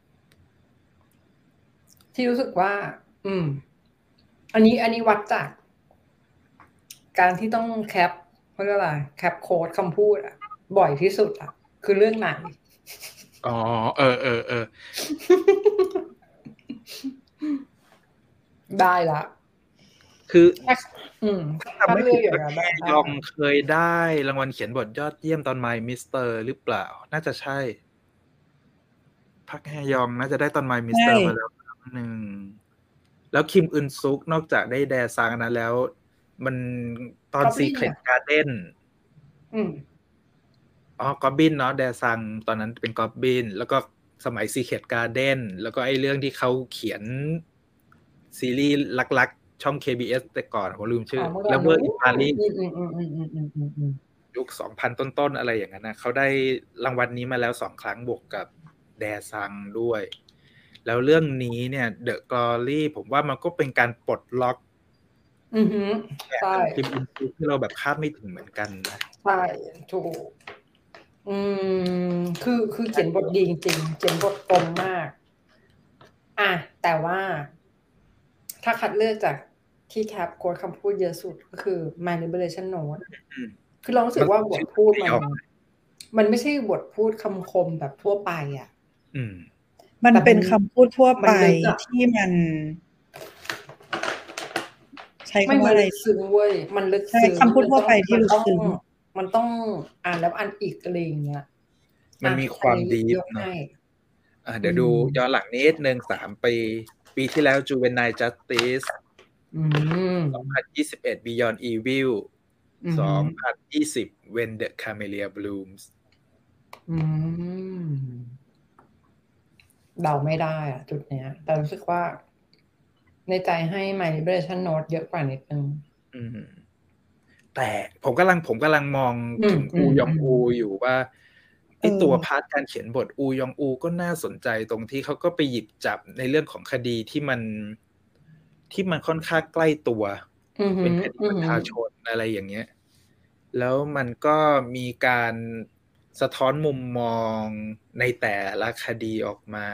ที่รู้สึกว่าอันนี้วัดจากการที่ต้องแคปเขาเรียกอะไรแคปโค้ดคำพูดบ่อยที่สุดคือเรื่องไหนได้ละคือถ้าไม่ผิดแม่ยองเคยได้รางวัลเขียนบทยอดเยี่ยมตอน My Mister หรือเปล่าน่าจะใช่พักแฮยองน่าจะได้ตอน My Mister มาแล้วครั้งนึงแล้วคิมอึนซุกนอกจากได้แดซังนั้นแล้วมันตอน Secret Garden Goblin เนาะแดซังตอนนั้นเป็น Goblin แล้วก็สมัย Secret Garden แล้วก็ไอ้เรื่องที่เขาเขียนซีรีส์ลักๆช่อง KBS แต่ก่อนผมลืมชื่อ Lover in Paris ยุค 2000 ต้นๆอะไรอย่างนั้นนะเขาได้รางวัลนี้มาแล้ว2ครั้งบวกกับแดซังด้วยแล้วเรื่องนี้เนี่ย The Glory ผมว่ามันก็เป็นการปลดล็อกใช่ที่เราแบบคาดไม่ถึงเหมือนกันนะใช่ถูกคือเขียนบทดีจริงๆเขียนบทตรงมากแต่ว่าถ้าคัดเลือกจากที่แคปโค้ดคำพูดเยอะสุดก็คือ My Liberation Note คือเรารู้สึกว่าบทพูดมันไม่ใช่บทพูดคำคมแบบทั่วไปมันเป็นคำพูดทั่วไปที่มันใช้คำว่าอะไรซึ้งเว้ยมันลึกซึ้งคำพูดทั่วไปที่ลึกซึ้งมันต้องอ่านแล้วอ่านอีกอะไรอย่างเงี้ยมันมีความดีเนาะเดี๋ยวดูย้อนหลังนิดนึง3 ปีที่แล้ว Juvenile Justice 2021 Beyond Evil 2020 When the Camellia Blooms เดาไม่ได้จุดเนี้ยแต่รู้สึกว่าในใจให้ My Liberation Note เยอะกว่านิดนึงแต่ผมกำลังมองถึงอูยองอูอยู่ว่าไอตัวพาร์ทการเขียนบทอูยองอูก็น่าสนใจตรงที่เขาก็ไปหยิบจับในเรื่องของคดีที่มันค่อนข้างใกล้ตัวเป็นคดีประชาชนอะไรอย่างเงี้ยแล้วมันก็มีการสะท้อนมุมมองในแต่ละคดีออกมา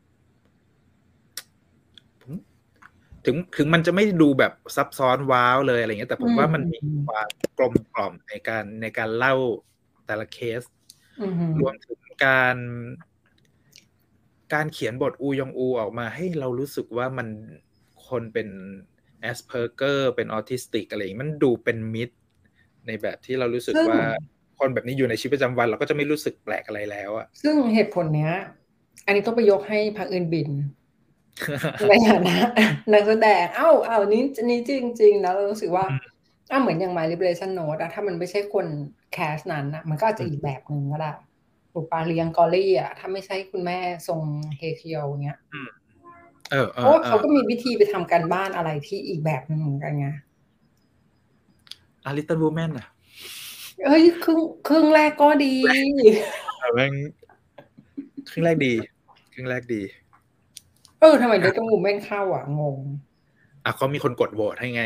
ถึงมันจะไม่ดูแบบซับซ้อนว้าวเลยอะไรเงี้ยแต่ผมว่ามันมีความกลมกล่อมในการเล่าแต่ละเคสรวมถึงการเขียนบทอูยองอูออกมาให้เรารู้สึกว่ามันคนเป็นแอสเพอร์เกอร์เป็นออทิสติกอะไรอย่างนี้มันดูเป็นมิตรในแบบที่เรารู้สึกว่าคนแบบนี้อยู่ในชีวิตประจำวันเราก็จะไม่รู้สึกแปลกอะไรแล้วอ่ะซึ่งเหตุผลเนี้ยอันนี้ต้องไปยกให้พรรคอื่นบินในฐานะนักแสดงนี้จริงๆแล้วเรารู้สึกว่าเหมือนอย่าง My Liberation Note ถ้ามันไม่ใช่คนแคสนั้นมันก็อาจจะอีกแบบนึงก็ได้อุปาเลียงกอรี่ถ้าไม่ใช่คุณแม่ทรงเฮเคียวเงี้ยเพราะว่าเขาก็มีวิธีไปทำการบ้านอะไรที่อีกแบบนึงเหมือนกันไง Little Women อ่ะเฮ้ยครึ่งแรกก็ดีแม่งครึ่งแรกดีทำไมLittle Womenเข้าอ่ะงงเขามีคนกดโหวตให้ไง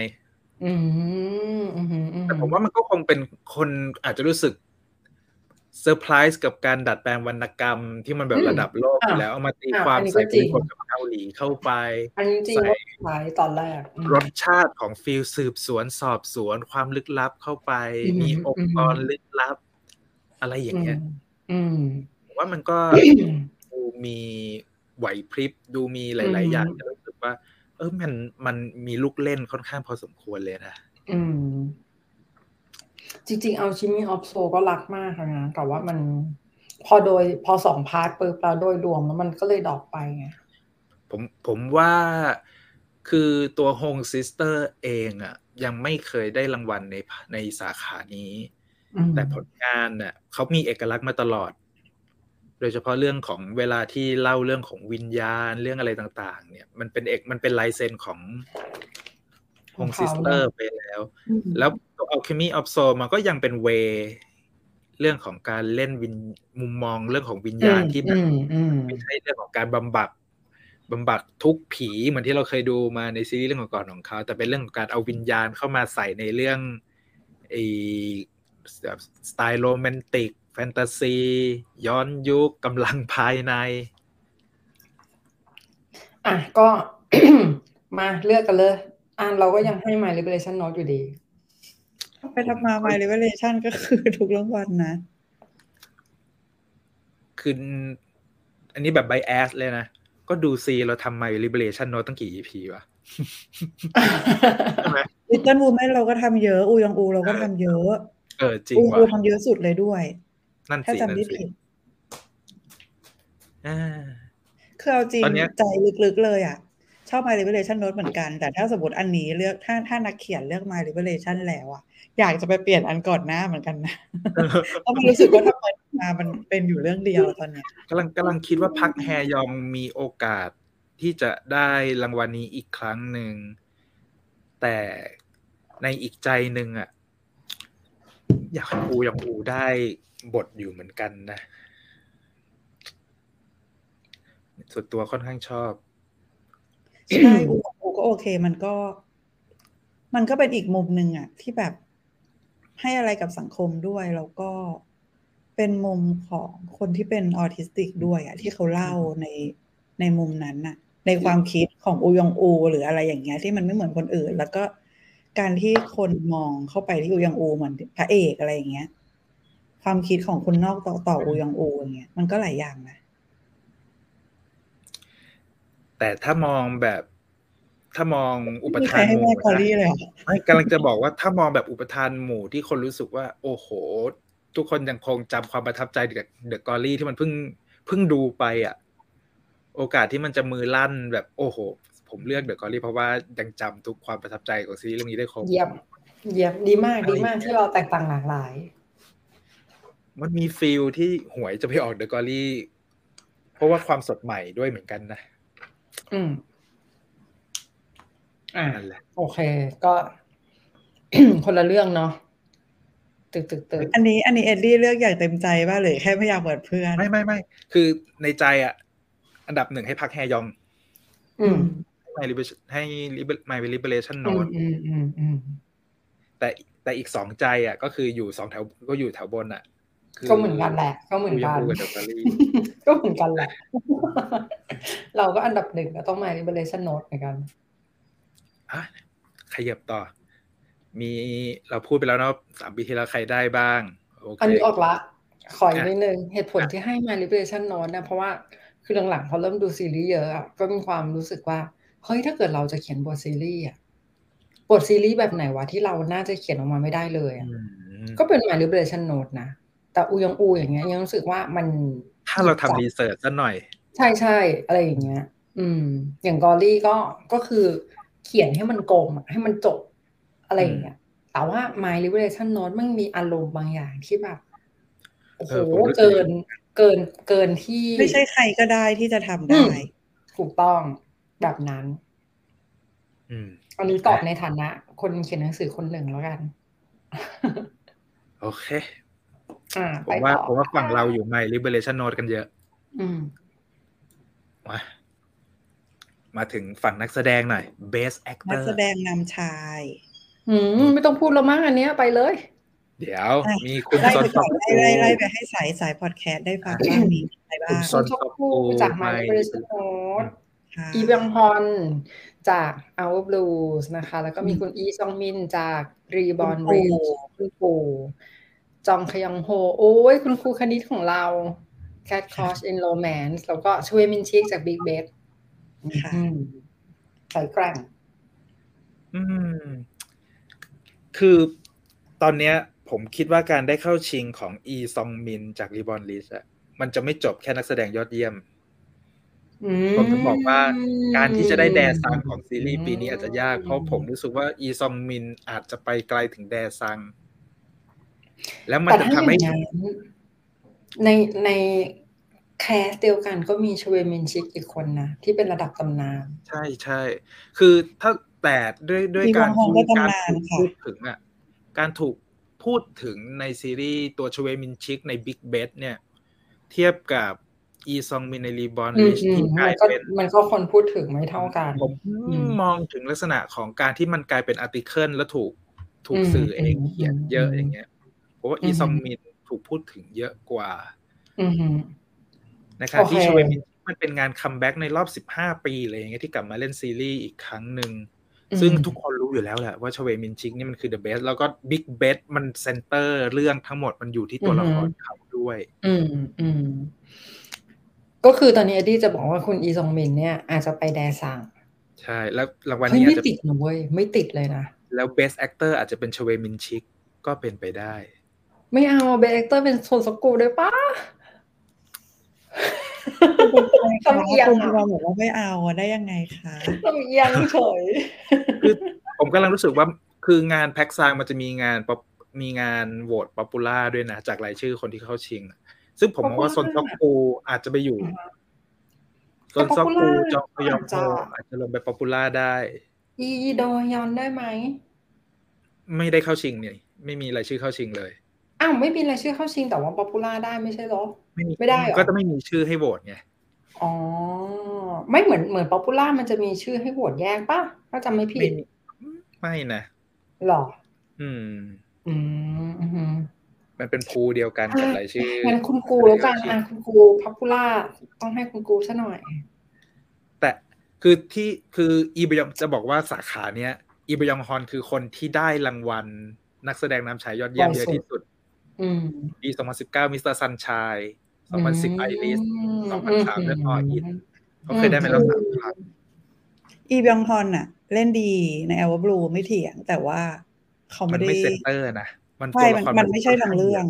แต่ผมมว่ามันก็คงเป็นคนอาจจะรู้สึกเซอร์ไพรส์กับการดัดแปลงวรรณกรรมที่มันแบบระดับโลกอยู่แล้วเอามาตีความใส่บริบทกับเกาหลีเข้าไปอันนี้จริงว่าใช้ตอนแรกรสชาติของฟีลสืบสวนสอบสวนความลึกลับเข้าไปมีองค์กรลึกลับอะไรอย่างเงี้ยผมว่ามันก็ดูมีไหวพริบดูมีหลายๆอย่างจะรู้สึกว่ามันมีลูกเล่นค่อนข้างพอสมควรเลยนะจริงๆAlchemy of Soul ก็รักมากนะแต่ว่ามันพอ2พาร์ทปุ๊บแล้วโดยรวมแล้วมันก็เลยดรอปไปไงผมว่าคือตัว Home Sister เองอ่ะยังไม่เคยได้รางวัลในสาขานี้แต่ผลงานน่ะเขามีเอกลักษณ์มาตลอดโดยเฉพาะเรื่องของเวลาที่เล่าเรื่องของวิญญาณเรื่องอะไรต่างๆเนี่ยมันเป็นลายเซ็นของ Home Sister ไปแล้วตัว Alchemy of Soul มันก็ยังเป็นเวเรื่องของการเล่นมุมมองเรื่องของวิญญาณที่แบบไม่ใช่เรื่องของการบำบัดทุกผีเหมือนที่เราเคยดูมาในซีรีส์เรื่องก่อนๆของเขาแต่เป็นเรื่องของการเอาวิญญาณเข้ามาใส่ในเรื่องสไตล์โรแมนติกแฟนตาซีย้อนยุคกำลังภายในก็ มาเลือกกันเลยเราก็ยังให้ My Liberation Note อยู่ดีไปทำมา My Liberation ก็คือทุกรางวัลนะคืออันนี้แบบ bias เลยนะก็ดูซีเราทำ My Liberation Note ตั้งกี่ EP วะใช่ไหม Little Women เราก็ทำเยอะอูยองอูเราก็ทำเยอะจริงว่ะอูทำเยอะสุดเลยด้วยนั่นสิจำไม่ผิดคือเอาจริงใจลึกๆเลยอ่ะชอบ My Liberation Note เหมือนกันแต่ถ้าสมมติอันนี้เลือกถ้านักเขียนเลือก My Liberation แล้วอ่ะอยากจะไปเปลี่ยนอันก่อนหน้าเหมือนกันนะเพราะมันรู้สึกว่าทำไมมามันเป็นอยู่เรื่องเดียวตอนนี้กำลังคิดว่าพักแฮยองมีโอกาสที่จะได้รางวัลนี้อีกครั้งหนึ่งแต่ในอีกใจหนึ่งอ่ะอยากให้อูยองอูได้บทอยู่เหมือนกันนะส่วนตัวค่อนข้างชอบใช่อูยองอูก็โอเคมันก็เป็นอีกมุมหนึ่งอ่ะที่แบบให้อะไรกับสังคมด้วยแล้วก็เป็นมุมของคนที่เป็นออทิสติกด้วยอ่ะที่เขาเล่าในมุมนั้นน่ะในความคิดของอูยองอูหรืออะไรอย่างเงี้ยที่มันไม่เหมือนคนอื่นแล้วก็การที่คนมองเข้าไปที่อูยองอูเหมือนพระเอกอะไรอย่างเงี้ยความคิดของคนนอกต่ออูยองอูอย่างเงี้ยมันก็หลายอย่างนะแต่ถ้ามองอุปทานหมู่ไม่กำลังจะบอกว่าถ้ามองแบบอุปทานหมู่ที่คนรู้สึกว่าโอ้โหทุกคนยังคงจำความประทับใจกับเดอะกอรี่ที่มันเพิ่งดูไปอ่ะโอกาสที่มันจะมือลั่นแบบโอ้โหผมเลือกเดอะกอรี่เพราะว่ายังจำทุกความประทับใจของซีรีส์เรื่องนี้ได้ครบเยี่ยมดีมากที่เราแตกต่างหลากหลายมันมีฟีลที่หวยจะไปออกเดอะกอรี่เพราะว่าความสดใหม่ด้วยเหมือนกันนะนั่นแหละโอเคก็ คนละเรื่องเนาะตึกอันนี้เอ็ดดี้เลือกอย่างเต็มใจป่ะหรือแค่ไม่อยากเปิดเพื่อนไม่คือในใจอ่ะอันดับ1ให้พักแฮยองให้ My Liberation Note แต่อีก2ใจอ่ะก็คืออยู่2แถวก็อยู่แถวบนอ่ะก็เหมือนกันแหละก็เหมือนกันก็เหมือนกันแหละเราก็อันดับ1ก็ต้อง My Liberation Note เหมือนกันขยับต่อมีเราพูดไปแล้วเนาะ3 ปีที่แล้วใครได้บ้างอันนี้ออกละขออีกนิดนึงเหตุผลที่ให้ My Liberation Note นะเพราะว่าคือหลังๆพอเริ่มดูซีรีส์เยอะอ่ะก็มีความรู้สึกว่าเฮ้ยถ้าเกิดเราจะเขียนบทซีรีส์อ่ะบทซีรีส์แบบไหนวะที่เราน่าจะเขียนออกมาไม่ได้เลยอ่ะก็เป็น My Liberation Note นะแต่อูยองอูอย่างเงี้ยยังรู้สึกว่ามันถ้าเราทำรีเสิร์ชซะหน่อยใช่อะไรอย่างเงี้ยอย่างกอรี่ก็คือเขียนให้มันกลมให้มันจบอะไรอย่างเงี้ยแต่ว่า My Liberation Note มันมีอารมณ์บางอย่างที่แบบโอ้โหเกินที่ไม่ใช่ใครก็ได้ที่จะทำได้ถูกต้องแบบนั้น อันนี้ตอบในฐานะคนเขียนหนังสือคนหนึ่งแล้วกันโอเคผมว่าฝั่งเราอยู่ใน Liberation Note กันเยอะมาถึงฝั่งนักแสดงหน่อย Best Actor นักแสดงนำชายไม่ต้องพูดแล้วมั้งอันเนี้ยไปเลยเดี๋ยวมีคุณซอนซอกปูไล่ไปให้สายพอดแคสต์ได้ฟังว่ามีใครบ้างคุณซอนซอกปูจาก My Liberation Note อีบยองฮอนจาก Our Blues นะคะแล้วก็มีคุณอีซองมินจาก Reborn Range คุณปู่จองคยองโฮโอ้ยคุณครูคณิตของเรา Cat Caught in Romance แล้วก็ชเวมินชิกจาก Big Bad ใส่แกร่งคือตอนเนี้ยผมคิดว่าการได้เข้าชิงของอีซองมินจาก Reborn Range อ่ะมันจะไม่จบแค่นักแสดงยอดเยี่ยมผมจะบอกว่าการที่จะได้แดซังของซีรีส์ปีนี้อาจจะยากเพราะผมรู้สึกว่าอีซองมินอาจจะไปไกลถึงแดซังแล้วมันจะทำให้ในแคสเดียวกันก็มีชเวมินชิกอีกคนนะที่เป็นระดับตำนานใช่คือถ้าแต่ด้วยการถูกพูดถึงอ่ะการถูกพูดถึงในซีรีส์ตัวชเวมินชิกใน Big Bad เนี่ยเทียบกับอีซองมินใน Reborn Range ที่กลายเป็นมันก็คนพูดถึงไม่เท่ากันผมมองถึงลักษณะของการที่มันกลายเป็นอาร์ติเคิลแล้วถูกสื่อเองเขียนเยอะอย่างเงี้ยเพราะว่าอีซองมินถูกพูดถึงเยอะกว่านะครับที่ชเวมินมันเป็นงานคัมแบ็กในรอบ15ปีเลยอย่างเงี้ยที่กลับมาเล่นซีรีส์อีกครั้งนึงซึ่งทุกคนรู้อยู่แล้วแหละว่าชเวมินชิกนี่มันคือ The Best แล้วก็ Big Bad มันเซนเตอร์เรื่องทั้งหมดมันอยู่ที่ตัวละครเขาด้วยก็คือตอนนี้อดี้จะบอกว่าคุณอีซองมินเนี่ยอาจจะไปแดซังใช่แล้วรางวัลนี้ไม่ติดนะเว้ยไม่ติดเลยนะแล้ว Best Actor อาจจะเป็นชเวมินชิกก็เป็นไปได้ไม่เอา Best Actor เป็นโซนสกูได้ปะทำเอียงเราบอกว่าไม่เอาได้ยังไงคะทำเอียงเฉยคือผมกำลังรู้สึกว่าคืองานแพ็กซางมันจะมีงานโหวตป๊อปปูล่าด้วยนะจากรายชื่อคนที่เข้าชิงซึ่งผมมองว่าซอนซอกปูอาจจะไปอยู่ซอนซอกปูจองคยองโฮอาจจะลงไปป๊อปปูล่าได้อีโดยอนได้ไหมไม่ได้เข้าชิงเนี่ยไม่มีรายชื่อเข้าชิงเลยอ้าวไม่มีรายชื่อเข้าชิงแต่ว่าป๊อปปูล่าได้ไม่ใช่หรอไม่ได้ก็จะไม่มีชื่อให้โหวตไงอ๋อไม่เหมือนป๊อปปูล่ามันจะมีชื่อให้โหวตแยกป่ะถ้าจำไม่ผิดไม่นะหรอมันเป็นพูเดียวกันกับรายชื่องั้นคุณครูแล้วกันคุณครูป๊อปปูล่าต้องให้คุณครูซะหน่อยแต่คืออีบยองจะบอกว่าสาขาเนี้ยอีบยองฮอนคือคนที่ได้รางวัลนักแสดงนำชายยอดเยี่ยมเยอะที่สุดปี2019มิสเตอร์ซันชัย2010ไอริส2003เรื่องออินเขาเคยได้มาแล้ว3 ครั้งอีบยองฮอนน่ะเล่นดีในOur Blueไม่เถียงแต่ว่าเขาไม่ได้เซนเตอร์นะมันไม่ใช่ทางเรื่อง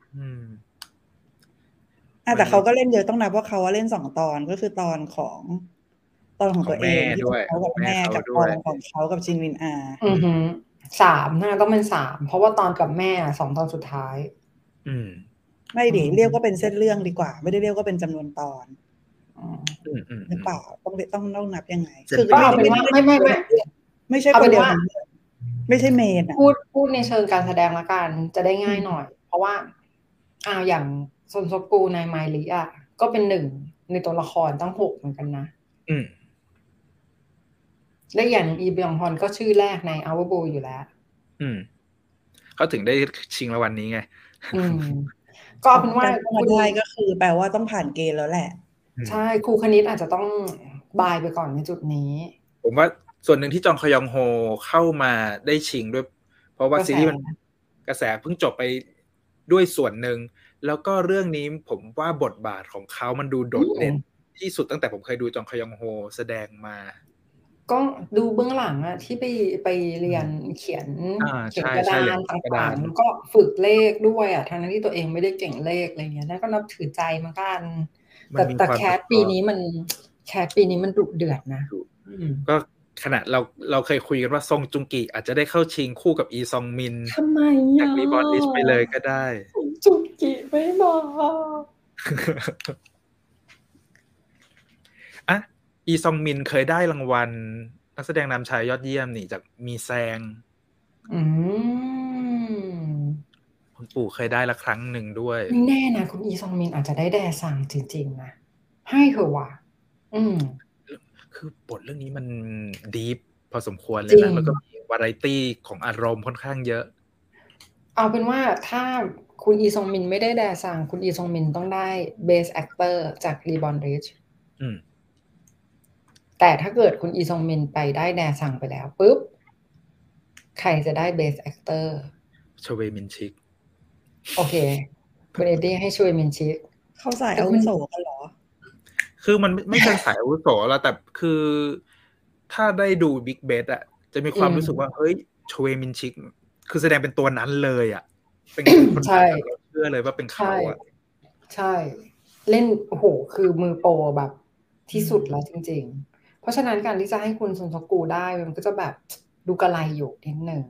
แต่เขาก็เล่นเยอะต้องนับว่าเขาเล่น2 ตอนก็คือตอนของตัวเองที่เขากับแม่กับตอนของเขากับจินวินอา 3น่าต้องเป็น3เพราะว่าตอนกับแม่2 ตอนสุดท้ายไม่ดิเรียกว่าเป็นเส้นเรื่องดีกว่าไม่ได้เรียกว่าเป็นจำนวนตอนหรือเปล่าต้องนับยังไงคือไม่ใช่คนเดียวไม่ใช่เมนพูดในเชิงการแสดงละกันจะได้ง่ายหน่อยเพราะว่าอย่างซอนซอกกูในไมลิก็เป็น1ในตัวละครตั้ง6เหมือนกันนะและอย่างอีบยองฮอนก็ชื่อแรกใน Our Blue อยู่แล้วเขาถึงได้ชิงรางวัลนี้ไงก็เป็นว่าได้ก็คือแปลว่าต้องผ่านเกณฑ์แล้วแหละใช่ครูคณิตอาจจะต้องบายไปก่อนในจุดนี้ผมว่าส่วนหนึ่งที่จองคยองโฮเข้ามาได้ชิงด้วยเพราะว่าซีรีส์มันกระแสเพิ่งจบไปด้วยส่วนหนึ่งแล้วก็เรื่องนี้ผมว่าบทบาทของเขามันดูโดดเด่นที่สุดตั้งแต่ผมเคยดูจองคยองโฮแสดงมาก็ดูเบื้องหลังที่ไปเรียนเขียนกระดานต่างๆแล้วก็ฝึกเลขด้วยทั้งที่ตัวเองไม่ได้เก่งเลขอะไรเงี้ยนั่นก็นับถือใจเหมือนกันแต่แคสปีนี้มันดุเดือดนะก็ขณะเราเคยคุยกันว่าซงจุงกิอาจจะได้เข้าชิงคู่กับอีซองมินทำไมจากรีบอร์นลิสไปเลยก็ได้จุงกิไม่มาอีซองมินเคยได้รางวัลนักแสดงนำชายยอดเยี่ยมนี่จากมีแซงอืมคุณปู่เคยได้ละครั้งหนึ่งด้วยไม่แน่นะคุณอีซองมินอาจจะได้แดซังจริงๆนะให้เถอะว่ะคือบทเรื่องนี้มันดีฟพอสมควรเลจริยงนะแล้วก็มีวาไรตี้ของอารมณ์ค่อนข้างเยอะเอาเป็นว่าถ้าคุณอีซองมินไม่ได้แดซังคุณอีซองมินต้องได้ Best Actor จาก Lee Bond-rich อืมแต่ถ้าเกิดคุณอีซองมินไปได้แดซังไปแล้วปุ๊บใครจะได้ Best Actor ชเวมินชิกโอเคคุณเอ็ดดี้ให้ช่วยมินชิเขาสายอาวุโสกันเหรอคือมันไม่เชิงสายอาวุโสแล้วแต่คือถ้าได้ดูบิ๊กเบสอะจะมีความรู้สึกว่าเฮ้ยชเวมินชิกคือแสดงเป็นตัวนั้นเลยอะเป็นคนที่เราเชื่อเลยว่าเป็นเขาอะใช่เล่นโอ้โหคือมือโปรแบบที่สุดแล้วจริงๆเพราะฉะนั้นการที่จะให้คุณซุนซอกกูได้มันก็จะแบบดูกระไรอยู่นิดหนึ่ง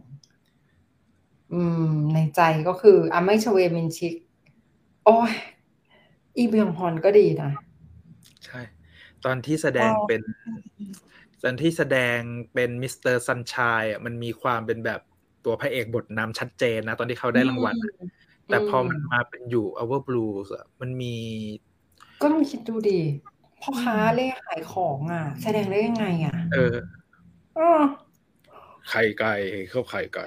ในใจก็คือไม่ชเวมินชิกโอ้ยอีเบียงฮอนก็ดีนะใช่ตอนที่แสดงเป็นมิสเตอร์ซันชัยอ่ะมันมีความเป็นแบบตัวพระเอกบทนำชัดเจนนะตอนที่เขาได้รางวัลแต่พอมันมาเป็นอยู่ Our Blues อ่ะมันมีก็ต้องคิดดูดิพ่อค้าเล่ขายของอ่ะแสดงได้ยังไงอ่ะไข่ไก่เข้าไข่ไก่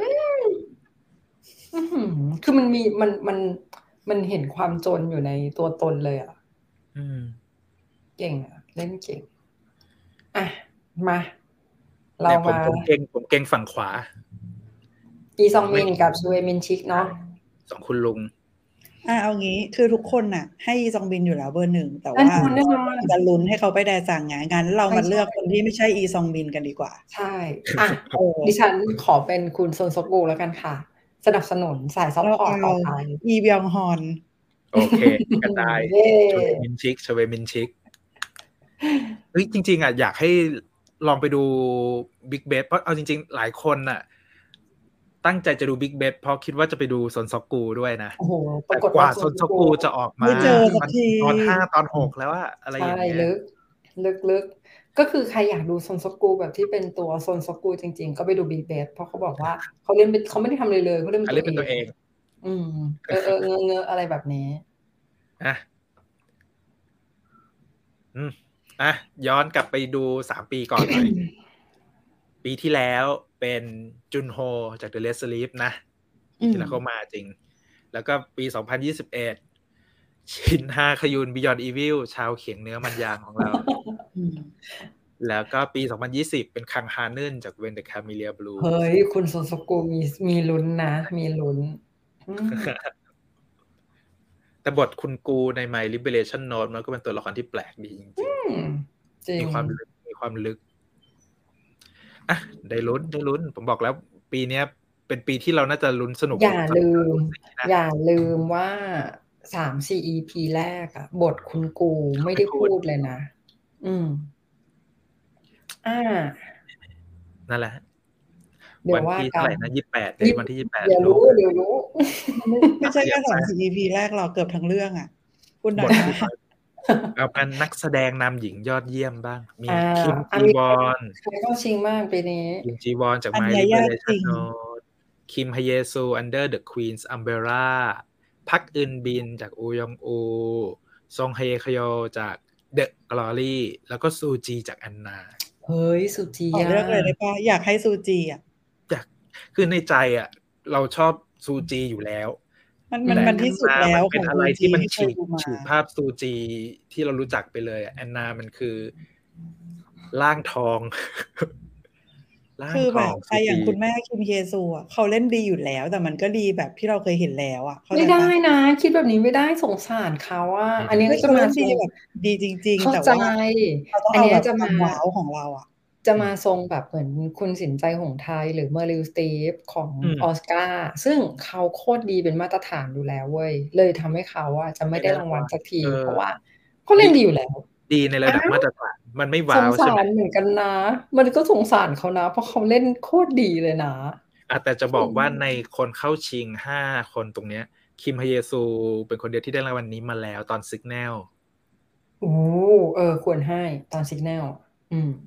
คือมันเห็นความจนอยู่ในตัวตนเลยอ่ะเก่งอ่ะเล่นเก่งอ่ะมาเรามาผมเก่งฝั่งขวาอีซองมินกับชเวมินชิกเนาะสองคุณลุงเอางี้คือทุกคนน่ะให้อีซองบินอยู่แล้วเบอร์ 1แต่ว่าจะลุ้นให้เขาไปแดซังงั้นเรามาเลือกคนที่ไม่ใช่อีซองบินกันดีกว่าใช่ดิฉันขอเป็นคุณซนซอกกูแล้วกันค่ะสนับสนุนสายซัพพอร์ตต่อไปอีเบียงฮอนโอเคกันได้ชเวมินชิกเฮ้ยจริงๆอ่ะอยากให้ลองไปดูบิ๊กเบสเพราะเอาจริงๆหลายคนน่ะตั้งใจจะดูบิ๊กเบสเพราะคิดว่าจะไปดูซนซอกกูด้วยนะแต่กว่าซนซอกกูจะออกมาตอน5ตอน6แล้วอะอะไรอย่างเงี้ยลึกก็คือใครอยากดูซนซอกกูแบบที่เป็นตัวซนซอกกูจริงๆก็ไปดูบิ๊กเบสเพราะเขาบอกว่าเขาไม่ได้ทำอะไรเลยเขาเล่นเป็นตัวเองเงอะอะไรแบบนี้ย้อนกลับไปดู3 ปีก่อนหน่อย ปีที่แล้วเป็นจุนโฮจาก The Red Sleeve นะที่แล้วเขามาจริงแล้วก็ปี2021ชินฮาคยุน Beyond Evil ชาวเขียงเนื้อมันยางของเรา แล้วก็ปี2020เป็นคังฮานึนจาก When the Camellia Blue เฮ้ยคุณโซโซกุมีลุ้นนะมีลุ้นแต่บทคุณกูใน My Liberation Note มันก็เป็นตัวละครที่แปลกดีจริงๆมีความลึกได้ลุ้นผมบอกแล้วปีนี้เป็นปีที่เราน่าจะลุ้นสนุกอย่าลืมว่า3-4 EP แรกอะบทคุณกูไม่ได้พูดเลยนะนั่นแหละวันที่เท่าไหร่นะ28ในวันที่28 เดี๋ยวรู้ไม่ใช่แค่3-4 EP แรกหรอกเกือบทั้งเรื่องอ่ะคุณบทเอาเป็นนักแสดงนำหญิงยอดเยี่ยมบ้างมีคิมจีวอนใครก็ชิงมากปีนี้คิมจีวอนจาก My Liberation Note คิมฮเยซู Under the Queen's Umbrella พักอึนบินจากอูยองอูซงฮเยคโยจาก The Glory แล้วก็ซูจีจากแอนนาเฮ้ยซูจีเลือกเลยได้ป่ะอยากให้ซูจีอ่ะคือในใจอ่ะเราชอบซูจีอยู่แล้วมันที่สุดแล้วเป็นอะไรที่มันฉีกภาพซูจีที่เรารู้จักไปเลยแอนนามันคือร่างทองคือแบบอย่างคุณแม่คิมเฮซูอ่ะเขาเล่นดีอยู่แล้วแต่มันก็ดีแบบที่เราเคยเห็นแล้วอ่ะไม่ได้นะคิดแบบนี้ไม่ได้สงสารเขาอ่ะอันนี้ก็จะมาดีแบบดีจริงๆแต่ว่าอันนี้จะมาว้าวของเราอ่ะจะมาทรงแบบเหมือนคุณสินใจหงไทยหรือเมอริลสตีฟของออสการ์ซึ่งเขาโคตรดีเป็นมาตรฐานอยู่แล้วเว้ยเลยทำให้เขาอ่ะจะไม่ได้รางวัลสักทีเพราะว่าเขาเล่นดีอยู่แล้วดีในระดับมาตรฐานมันไม่ว้าวใช่ไหมสงสารเหมือนกันนะมันก็สงสารเขานะเพราะเขาเล่นโคตรดีเลยนะแต่จะบอกว่าในคนเข้าชิง5 คนตรงเนี้ยคิมฮเยซูเป็นคนเดียวที่ได้รางวัลนี้มาแล้วตอน Signal ควรให้ตอน Signal อืม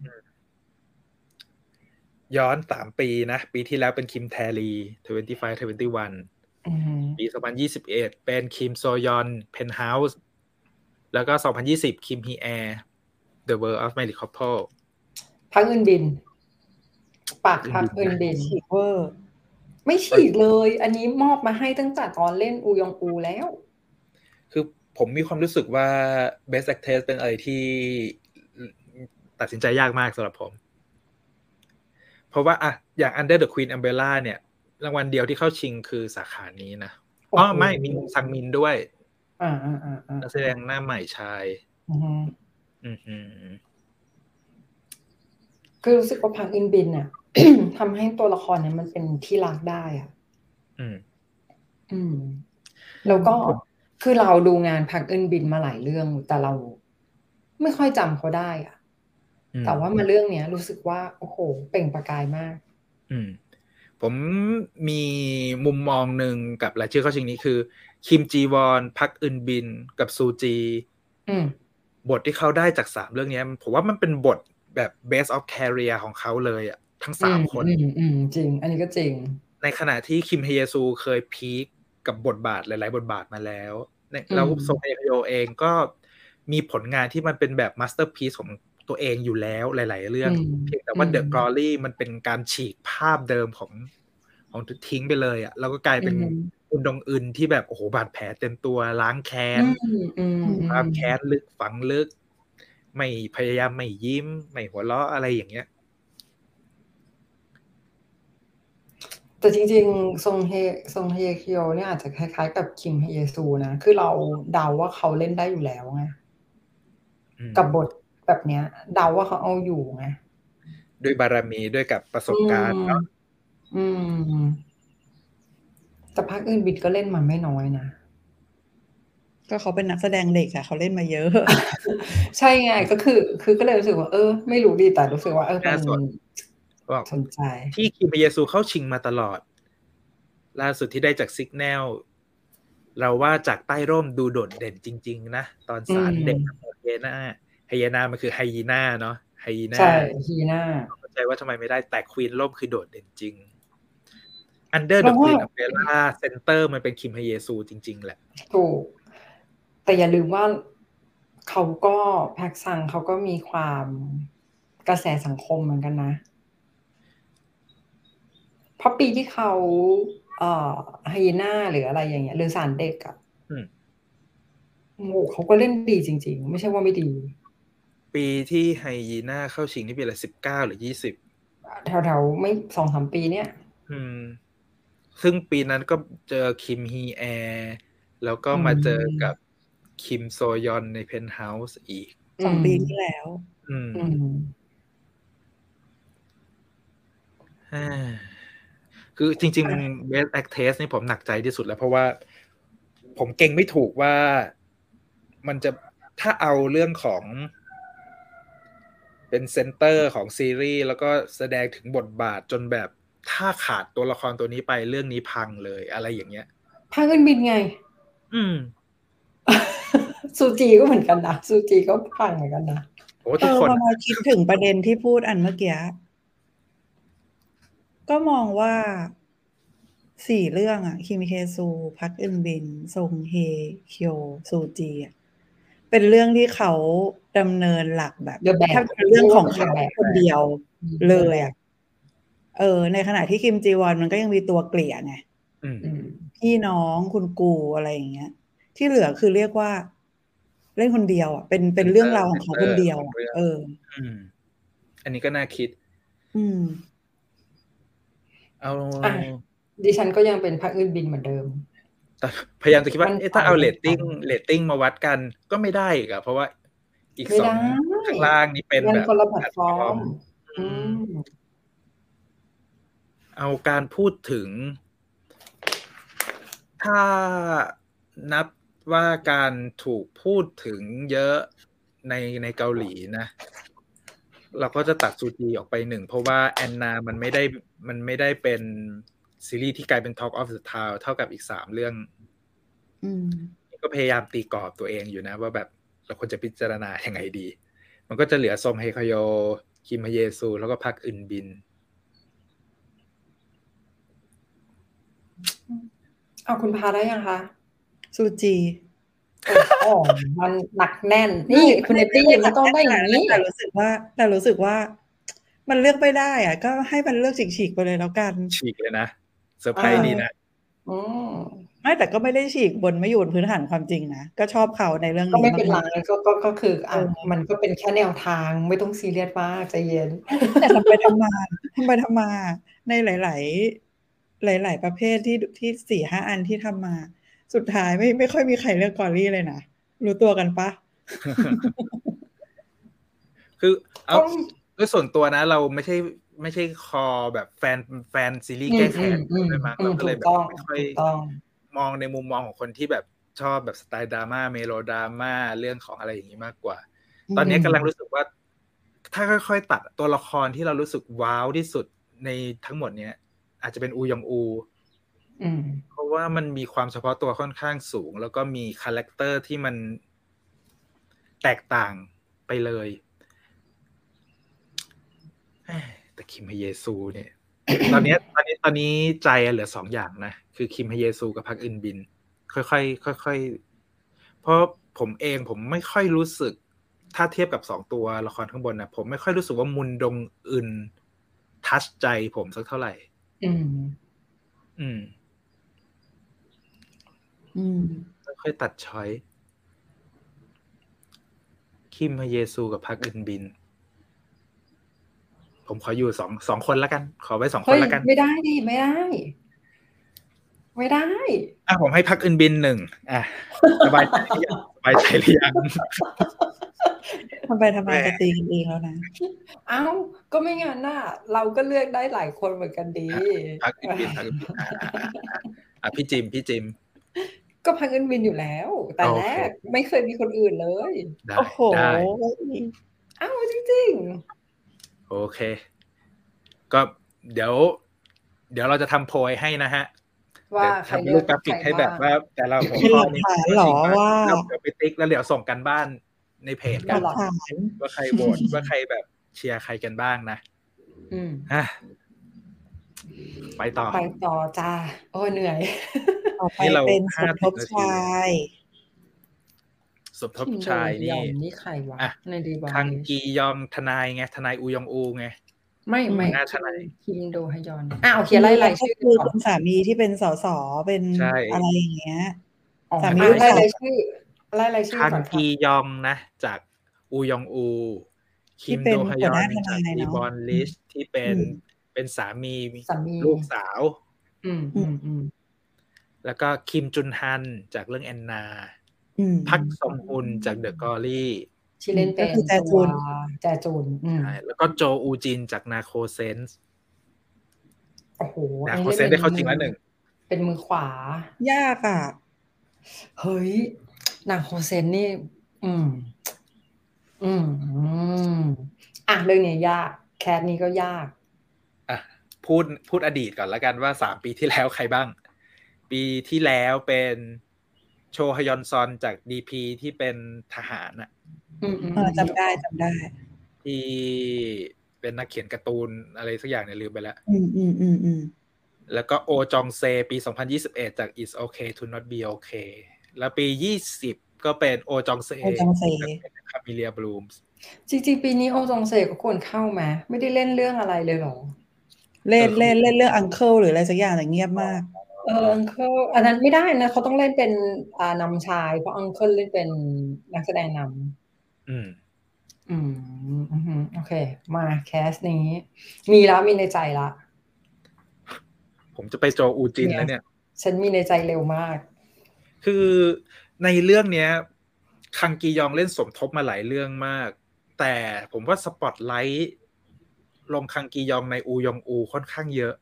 ย้อน3 ปีนะปีที่แล้วเป็นคิมแทรี25 21ปี2021เป็นคิมโซยอนเพนท์เฮาส์แล้วก็2020คิมฮีแอร์ The World of Married Couple พักอื่นบินปากพักอื่นบินฉีกเวอร์ไม่ฉีกเลย อันนี้มอบมาให้ตั้งแต่ตอนเล่นอูยองอูแล้วคือผมมีความรู้สึกว่า Best Actress เป็นอะไรที่ตัดสินใจยากมากสำหรับผมเพราะว่าอะอย่าง Under the Queen Umbrella เนี่ยรางวัลเดียวที่เข้าชิงคือสาขานี้นะไม่มีมุงซังมินด้วยนักแสดงหน้าใหม่ชายคือรู้สึกว่าพักอินบินเนี่ย ทำให้ตัวละครเนี่ยมันเป็นที่รักได้อ่ะแล้วก็คือเราดูงานพักอินบินมาหลายเรื่องแต่เราไม่ค่อยจำเขาได้อ่ะแต่ว่ามาเรื่องเนี้ยรู้สึกว่าโอ้โหเปล่งประกายมากผมมีมุมมองหนึ่งกับรายชื่อเข้าชิงนี้คือคิมจีวอนพักอึนบินกับซูจีบทที่เขาได้จาก3เรื่องนี้ผมว่ามันเป็นบทแบบ best of career ของเขาเลยอ่ะทั้ง3คนจริงอันนี้ก็จริงในขณะที่คิมเฮเยซูเคยพีคกับบทบาทหลายๆบทบาทมาแล้วแล้วซงเฮยโยเองก็มีผลงานที่มันเป็นแบบมาสเตอร์พีซของตัวเองอยู่แล้วหลายๆเรื่องเพียงแต่ว่า The Glory มันเป็นการฉีกภาพเดิมของทิ้งไปเลยอ่ะแล้วก็กลายเป็นอุนดงอึนที่แบบโอ้โหบาดแผลเต็มตัวล้างแค้นความแค้นลึกฝังลึกไม่พยายามไม่ยิ้มไม่หัวเราะอะไรอย่างเงี้ยแต่จริงๆซงเฮเคียวเนี่ยอาจจะคล้ายๆกับคิมเฮเยซูนะคือเราเดาว่าเขาเล่นได้อยู่แล้วไงกับบทแบบเนี้ยเดาว่าเขาเอาอยู่ไงด้วยบารมีด้วยกับประสบการณ์เนาะแต่ภาคอื่นบิดก็เล่นมาไม่น้อยนะก็เขาเป็นนักแสดงเด็กอะเขาเล่นมาเยอะใช่ไงก็คือก็เลยรู้สึกว่าไม่รู้ดีแต่รู้สึกว่ามันสนใจที่คิมเฮเยซูเข้าชิงมาตลอดล่าสุดที่ได้จากซิกแนลเราว่าจากใต้ร่มดูโดดเด่นจริงๆนะตอนสารเด็กไฮยีน่ามันคือไฮยีน่าเนาะไฮยีน่าใช่ไฮยีน่าเข้าใจว่าทำไมไม่ได้แต่ควีนร่มคือโดดเด่นจริง Under the Queen Umbrella Center มันเป็นคิมเฮเยซูจริงๆแหละถูกแต่อย่าลืมว่าเขาก็แพ็กซังเขาก็มีความกระแสสังคมเหมือนกันนะเพราะปีที่เขาไฮยีน่าหรืออะไรอย่างเงี้ยหรือสารเด็กอะโอ้เขาก็เล่นดีจริงๆไม่ใช่ว่าไม่ดีปีที่ไฮยีน่าเข้าชิงนี่ปีละ19หรือ20 แถวๆไม่ 2-3 ปีเนี่ยซึ่งปีนั้นก็เจอคิมฮีแอร์แล้วก็มาเจอกับคิมโซยอนในเพนท์เฮาส์อีก 2 ปีที่แล้วคือจริงๆ Best Actress นี่ผมหนักใจที่สุดแล้วเพราะว่าผมเก่งไม่ถูกว่ามันจะถ้าเอาเรื่องของเป็นเซนเตอร์ของซีรีส์แล้วก็แสดงถึงบทบาทจนแบบถ้าขาดตัวละครตัวนี้ไปเรื่องนี้พังเลยอะไรอย่างเงี้ยพังเงินบินไงซูจีก็เหมือนกันนะซูจีก็พังเหมือนกันนะโอ้ทุกคนพอมาคิดถึงประเด็นที่พูดอันเมื่อกี้ก็มองว่า4 เรื่องอะคิมเฮซูพักอึนบินซงเฮเคียวซูจีอะเป็นเรื่องที่เขาดำเนินหลักแบบถ้าเป็นเรื่องของเขาคนเดียวเลยอะในขณะที่คิมจีวอนมันก็ยังมีตัวเกลี่ยไงพี่น้องคุณกูอะไรอย่างเงี้ยที่เหลือคือเรียกว่าเล่นคนเดียวอ่ะเป็นเรื่องราวของเขาคนเดียวอันนี้ก็น่าคิดเอาดิฉันก็ยังเป็นพรรคอื่นบินเหมือนเดิมพยายามจะคิดว่าถ้าเอาเรตติ้งมาวัดกันก็ไม่ได้อีกอะเพราะว่าอีก2ข้างล่างนี้เป็นแบบคนละแพลตฟอร์มเอาการพูดถึงถ้านับว่าการถูกพูดถึงเยอะในเกาหลีนะเราก็จะตัดซูจีออกไป1เพราะว่าแอนนามันไม่ได้เป็นซีรีส์ที่กลายเป็น Talk of the Town เท่ากับอีก3เรื่องก็พยายามตีกรอบตัวเองอยู่นะว่าแบบเราควรจะพิจารณายังไงดีมันก็จะเหลือซงเฮคโยคิมฮเยซูแล้วก็พักอึนบินเอาคุณพาได้ยังคะซูจีโอ้มันหนักแน่นนี่คุณเนตตี้มันต้องได้อย่างนี้แต่รู้สึกว่ามันเลือกไม่ได้อ่ะก็ให้มันเลือกฉีกๆไปเลยแล้วกันฉีกเลยนะเซอร์ไพรส์ดีนะไม่แต่ก็ไม่ได้ฉีกบนไม่อยู่บนพื้นฐานความจริงนะก็ชอบเขาในเรื่องนี้ก็ไม่เป็นไรก็คือมันก็เป็นแค่แนวทางไม่ต้องซีเรียสมากใจเย็นแต่ทำไปทำมาในหลายประเภทที่4-5 อันที่ทำมาสุดท้ายไม่ค่อยมีใครเลือกกอรี่เลยนะรู้ตัวกันปะคือเอาด้วยส่วนตัวนะเราไม่ใช่คอแบบแฟนซีรีส์แก้แค้นใช่ไหมเราก็เลยแบบไม่ค่อยมองในมุมมองของคนที่แบบชอบแบบสไตล์ดราม่าเมโลดราม่าเรื่องของอะไรอย่างนี้มากกว่าตอนนี้กำลังรู้สึกว่าถ้าค่อยๆตัดตัวละครที่เรารู้สึกว้าวที่สุดในทั้งหมดเนี้ยอาจจะเป็นอูยองอูเพราะว่ามันมีความเฉพาะตัวค่อนข้างสูงแล้วก็มีคาแรคเตอร์ที่มันแตกต่างไปเลยแต่คิมฮเยซูเนี่ย ตอนนี้ใจเหลือ2อย่างนะคือคิมฮเยซูกับพักอึนบินค่อยเพราะผมไม่ค่อยรู้สึกถ้าเทียบกับ2ตัวละครข้างบนนะผมไม่ค่อยรู้สึกว่ามุนดงอึนทัชใจผมสักเท่าไหร่ค่อยตัดช้อยคิมฮเยซูกับพักอึนบินผมขออยู่สองคนแล้วกันขอไว้2คนแล้วกันไม่ได้ดิไม่ได้ผมให้พักอึนบิน1สบายใจหรือยังทำไมจะตีกันเองแล้วนะก็ไม่งั้นน่ะเราก็เลือกได้หลายคนเหมือนกันดีพักอึนบินพี่จิมก็พักอึนบินอยู่แล้วแต่แรกไม่เคยมีคนอื่นเลยโอ้โหจริงๆโอเคก็เดี๋ยวเราจะทำโพยให้นะฮะว่าทำรูปกราฟิกให้แบบว่าแต่เราหัวข้อนี้หรอว่าเดี๋ยวไปติ๊กแล้วเดี๋ยวส่งกันบ้านในเพจกันว่าใครโหวตว่าใครแบบเชียร์ใครกันบ้างนะไปต่อจ้าโอ้เหนื่อยต่อไปเป็นสมทบชายนี่ใครวะในดีบอลคังกียองทนายไงทนายอูยองอูไงไม่ทนายคิมโดฮยอนโอเคไล่ชื่อคือคุณสามีที่เป็นสสเป็นอะไรอย่างเงี้ยสามีไล่ชื่อคังกียองนะจากอูยองอูคิมโดฮยอนจากดีบอลลิชที่เป็นสามีลูกสาวแล้วก็คิมจุนฮันจากเรื่องแอนนาพักซงอุนจากเดอะกอรี่ที่เล่นเป็นแจจูนใช่แล้วก็โจอูจินจากนาโคเซนส์โอ้โหนาโคเซนส์ได้เข้าจริงแล้ว1 เป็นมือขวายากเฮ้ยนาโคเซนนี่เรื่องนี้ยากแคสนี้ก็ยากพูดอดีตก่อนแล้วกันว่า3 ปีที่แล้วใครบ้างปีที่แล้วเป็นโชฮยอนซอนจาก DP ที่เป็นทหารจำได้ที่เป็นนักเขียนการ์ตูนอะไรสักอย่างเนี่ยลืมไปแล้วแล้วก็โอจองเซปี2021จาก It's Okay to Not Be Okay แล้วปี20ก็เป็นโอจองเซจากคามิเลียบลูมส์จริงๆปีนี้โอจองเซก็ควรเข้าไหมไม่ได้เล่นเรื่องอะไรเลยหรอเล่นเรื่องอังเคิลหรืออะไรสักอย่างแต่เงียบมากอังเคิลอันนั้นไม่ได้นะเขาต้องเล่นเป็นนำชายเพราะอังเคิลเล่นเป็นนักแสดงนำโอเคมาแคสนี้มีในใจละผมจะไปโจอูจินแล้วเนี่ยฉันมีในใจเร็วมากคือในเรื่องเนี้ยคังกียองเล่นสมทบมาหลายเรื่องมากแต่ผมว่าสปอตไลท์ลงคังกียองในอูยองอูค่อนข้างเยอะ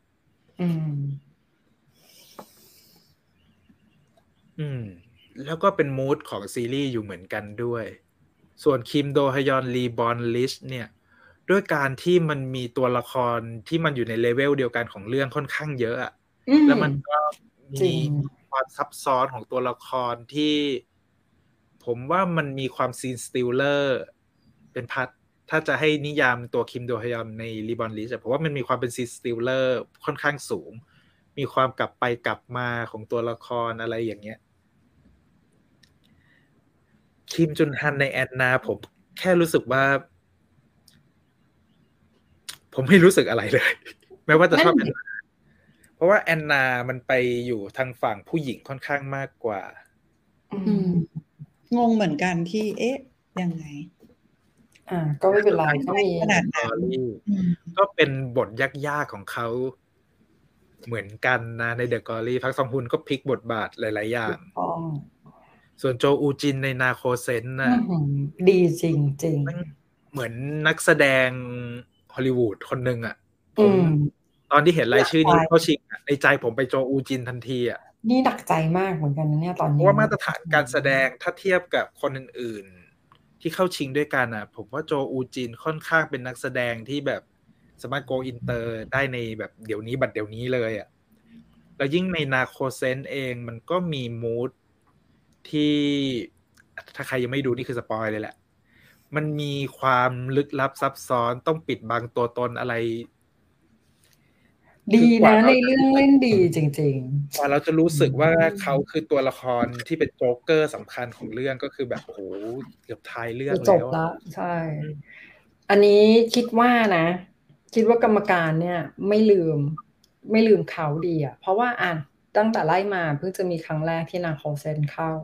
แล้วก็เป็นมูดของซีรีส์อยู่เหมือนกันด้วยส่วนคิมโดฮยอนรีบอนลิชเนี่ยด้วยการที่มันมีตัวละครที่มันอยู่ในเลเวลเดียวกันของเรื่องค่อนข้างเยอะแล้วมันก็มีความซับซ้อนของตัวละครที่ผมว่ามันมีความซีนสติลเลอร์เป็นพาร์ทถ้าจะให้นิยามตัวคิมโดฮยอนในรีบอนลิชผมว่ามันมีความเป็นซีสติลเลอร์ค่อนข้างสูงมีความกลับไปกลับมาของตัวละครอะไรอย่างเงี้ยคิมจุนฮันในแอนนาผมแค่รู้สึกว่าผมไม่รู้สึกอะไรเลยแม้ว่าจะชอบแอนนาเพราะว่าแอนนามันไปอยู่ทางฝั่งผู้หญิงค่อนข้างมากกว่างงเหมือนกันที่ยังไงก็ไม่เป็นไรก็มีขนาดนั้นก็เป็นบทยากๆของเขาเหมือนกันนะในเดอะกอรี่พักซองฮุนก็พลิกบทบาทหลายๆอย่างส่วนโจอูจินในนาโคเซนน่ะดีจริงจริงเหมือนนักแสดงฮอลลีวูดคนหนึ่งอ่ะผมตอนที่เห็นรายชื่อนี้เขาชิงในใจผมไปโจอูจินทันทีอ่ะนี่หนักใจมากเหมือนกันนะเนี่ยตอนนี้เพราะว่ามาตรฐานการแสดงถ้าเทียบกับคนอื่นๆที่เข้าชิงด้วยกันอ่ะผมว่าโจอูจินค่อนข้างเป็นนักแสดงที่แบบสามารถโกอินเตอร์ได้ในแบบเดี๋ยวนี้บัดเดี๋ยวนี้เลยอ่ะแล้วยิ่งในนาโคเซนเองมันก็มีมูดที่ถ้าใครยังไม่ดูนี่คือสปอยเลยแหละมันมีความลึกลับซับซ้อนต้องปิดบังตัวตนอะไรดีนะในเรื่องเล่นดีจริงๆกว่าเราจะรู้สึกว่าเขาคือตัวละครที่เป็นโจ๊กเกอร์สำคัญของเรื่องก็คือแบบโอ้โหเกือบท้ายเรื่องแล้วจบแล้วใช่อันนี้คิดว่านะคิดว่ากรรมการเนี่ยไม่ลืมเขาดีอ่ะเพราะว่าตั้งแต่ไล่มาเพิ่งจะมีครั้งแรกที่นาโคเซนเข้า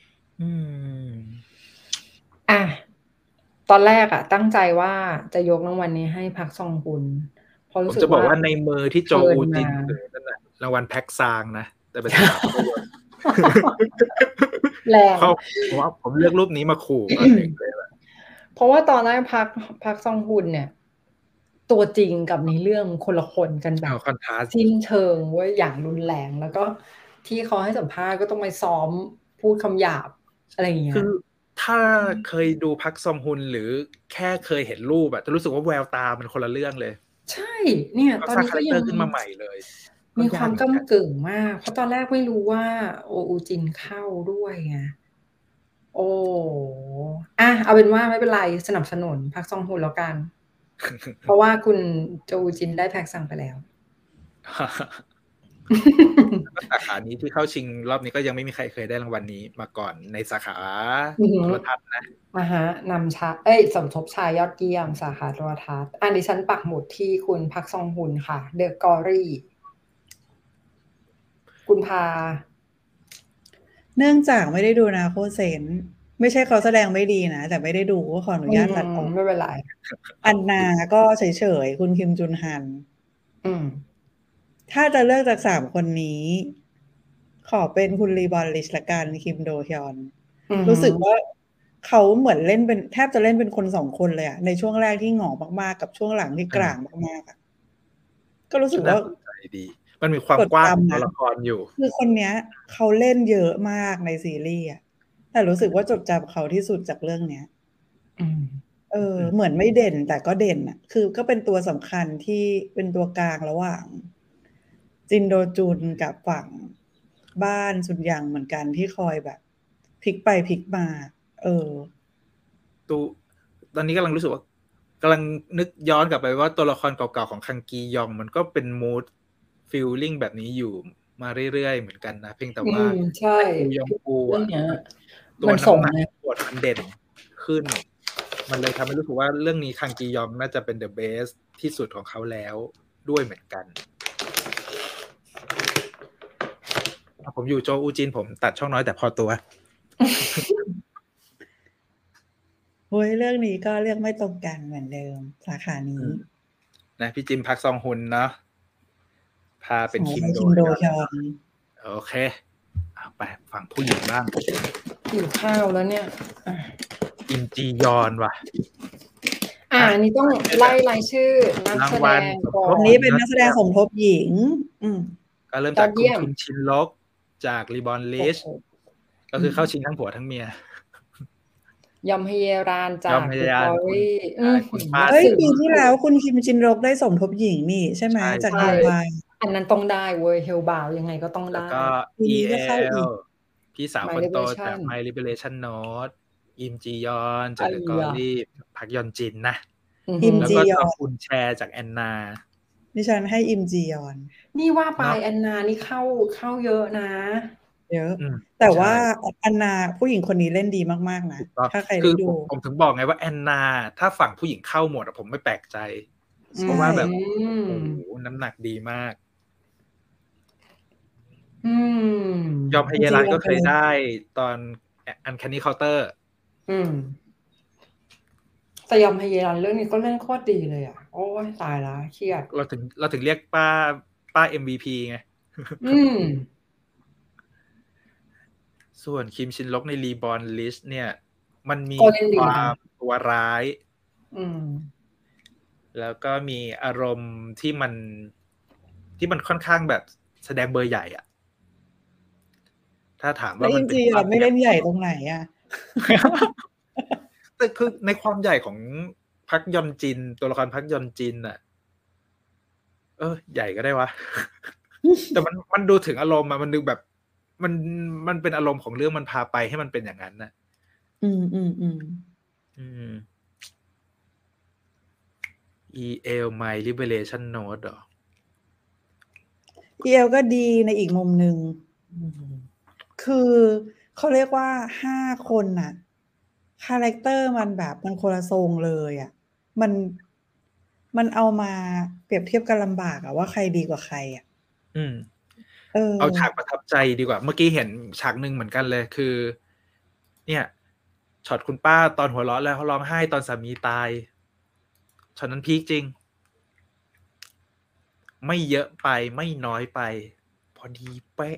ตอนแรกตั้งใจว่าจะยกรางวัลนี้ให้พักซองฮุนเพราะรู้สึกว่าผมจะบอกว่าในมือที่โจอูจินนั่นแหละรางวัลแพ็กซางนะแต่เป็นภาษาภาพยนตร์แรงผมเลือกรูปนี้มาขู่เลยเพราะว่าตอนแรกพักซองฮุนเนี่ยตัวจริงกับในเรื่องคนละคนกันแบบสิ้นเชิงว่าอย่างรุนแรงแล้วก็ที่เขาให้สัมภาษณ์ก็ต้องไปซ้อมพูดคำหยาบอะไรอย่างเงี้ยคือถ้าเคยดูพักซองฮุนหรือแค่เคยเห็นรูปจะรู้สึกว่าแววตามันคนละเรื่องเลยใช่เนี่ยตอนนี้ก็ยังขึ้นมาใหม่เลยมีความก้ำกึ่งมากเพราะตอนแรกไม่รู้ว่าโออูจินเข้าด้วยไงโอ้เอาเป็นว่าไม่เป็นไรสนับสนุนพักซองฮุนแล้วกันเพราะว่าคุณโจอูจินได้แพ็กสั่งไปแล้วสาขานี้ที่เข้าชิงรอบนี้ก็ยังไม่มีใครเคยได้รางวัลนี้มาก่อนในสาขาโทรทัศน์นะนำสมทบชายยอดเยี่ยมสาขาโทรทัศน์ดิฉันปักหมุดที่คุณพักซองฮุนค่ะเดอะกอรี่คุณพาเนื่องจากไม่ได้ดูนาโคเซนไม่ใช่เขาแสดงไม่ดีนะแต่ไม่ได้ดูก็ขออนุญาตตัดออกไม่เป็นไรอันนาก็เฉยๆคุณคิมจุนฮันถ้าจะเลือกจาก3คนนี้ขอเป็นคุณลีบอนลิชละกันคิมโดฮยอนรู้สึกว่าเขาเหมือนเล่นเป็นแทบจะเล่นเป็นคน2คนเลยในช่วงแรกที่หงอมากๆกับช่วงหลังที่กลางมากๆก็รู้สึกว่าดีมันมีความกว้างของตัวละครอยู่คือคนเนี้ยเขาเล่นเยอะมากในซีรีส์แต่รู้สึกว่าจดจำเขาที่สุดจากเรื่องเนี้ยเหมือนไม่เด่นแต่ก็เด่นคือก็เป็นตัวสำคัญที่เป็นตัวกลางระหว่างจินโดจุนกับฝั่งบ้านสุนยังเหมือนกันที่คอยแบบพลิกไปพลิกมาตอนนี้กำลังรู้สึกว่ากำลังนึกย้อนกลับไปว่าตัวละครเก่าๆของคังกียองมันก็เป็นมูดฟีลลิ่งแบบนี้อยู่มาเรื่อยๆเหมือนกันนะเพียงแต่ว่าใช่ยองปูตัวน้ำหนักบทมันเด่นขึ้นมันเลยทำให้รู้สึกว่าเรื่องนี้คังกียองน่าจะเป็นเดอะเบสที่สุดของเขาแล้วด้วยเหมือนกันผมอยู่โจอูจินผมตัดช่องน้อยแต่พอตัวเฮ้ยเรื่องนี้ก็เลือกไม่ตรงกันเหมือนเดิมสาขานี้นะพี่จิมพักซองฮุนเนาะพาเป็นคิมโดฮยอนโอเคไปฝั่งผู้หญิงบ้างหิวข้าวแล้วเนี่ยอินจียอนว่ะอันนี้ต้องไล่รายชื่อนักแสดงก่อนวันนี้เป็นนักแสดงสมทบหญิงก็เริ่มจากคุณคิมชินลกจากรีบอนลิชก็คือเข้าชิงทั้งผัวทั้งเมียยอมเฮยรานจากเดอะกอรี่ปีที่แล้วคุณคิมชินลกได้สมทบหญิงนี่ใช่ไหมจากเฮลบายอันนั้นต้องได้เว้ยเฮลบาวยังไงก็ต้องได้แล้วก็ EL พี่สาวคนโตจาก My Liberation Note อิมจียอนจากเดอะกอรี่พักยอนจินนะอิมแล้วจีก็ยจออน อุนแชจากแอนนาดิฉันให้อิมจียอนนี่ว่าไปเนาะแอนนานี่เข้าเยอะนะเยอะอืมแต่ใช่ว่าแอนนาผู้หญิงคนนี้เล่นดีมากๆนะถูกต้องถ้าใครคืได้อดูผมถึงบอกไงว่าแอนนาถ้าฝั่งผู้หญิงเข้าหมดอะผมไม่แปลกใจ เพราะว่าแบบอืมโอ้โหน้ำหนักดีมากอืมยอมอิฮมเยจีรานยอก็นเคยได้ตอน Uncanny Counter อืม แต่ยอมฮ เยรันเรื่องนี้ก็เล่นโคตรดีเลยอ่ะ โอ้ยตายแล้วเครียดเราถึงเรียกป้า MVP ไงอืมส่วนคิมชินลกใน Reborn List เนี่ย มันมีก็เล่นดีคเหมือนวากันมตัวร้ายอืมแล้วก็มีอารมณ์ที่มันค่อนข้างแบบแสดงเบอร์ใหญ่อะถ้าถามแล้วว่าอิมันมเป็นจีคยวาอมนไม่ใหญ่เล่นใหญ่ตรงไหนอะแต่คือในความใหญ่ของพักยอนจิน ตัวละครพักยอนจินน่ะ ใหญ่ก็ได้วะ แต่มันดูถึงอารมณ์อะมันดูแบบมันเป็นอารมณ์ของเรื่องมันพาไปให้มันเป็นอย่างนั้นน่ะอืม EL My Liberation Note เหรอ EL ก็ดีในอีกมุมหนึ่ง คือเขาเรียกว่า5 คนน่ะคาแรคเตอร์มันแบบมันคนละทรงเลยอ่ะมันเอามาเปรียบเทียบกันลำบากอะว่าใครดีกว่าใครอ่ะเอาฉากประทับใจดีกว่า เมื่อกี้เห็นฉากหนึ่งเหมือนกันเลยคือ เนี่ยช็อตคุณป้าตอนหัวเราะแล้วเขาร้องไห้ตอนสามีตายช็อตนั้นพีคจริง ไม่เยอะไปไม่น้อยไปพอดีเป๊ะ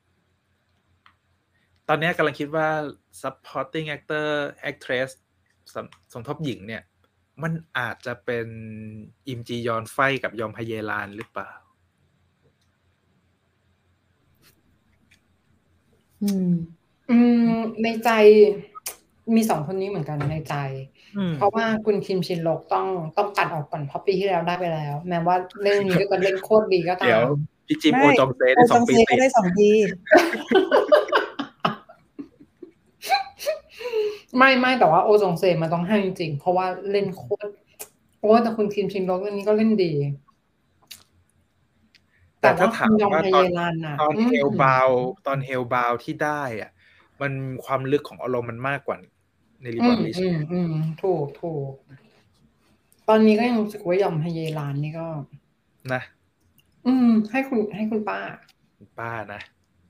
ตอนนี้กำลังคิดว่า supporting actor actress สมทบหญิงเนี่ย มันอาจจะเป็นอิมจียอนไฟกับยอมฮเยรานหรือเปล่าในใจมี2 คนนี้เหมือนกันในใจ เพราะว่าคุณคิมชินลกต้องตัดออกก่อนเพราะปีที่แล้วได้ไปแล้ว แม้ว่าเรื่องนี้ก็จะเล่นโคตรดีก็ตามเดี๋ยวพี่จิมไม่โอจองเซได้ 2 ปีติดได้ 2 ปีไม่แต่ว่าโอจงเซมันต้องให้จริงๆเพราะว่าเล่นโคตรแต่คุณคิมชินลกเรื่องนี้ก็เล่นดีแต่ถ้าถามว่าตอนเฮลบาวที่ได้อ่ะมันความลึกของอารมณ์มันมากกว่าในรีบอร์ลิชถูกตอนนี้ก็ยังรู้สึกว่ายอมฮเยรานนี่ก็นะให้คุณป้านะ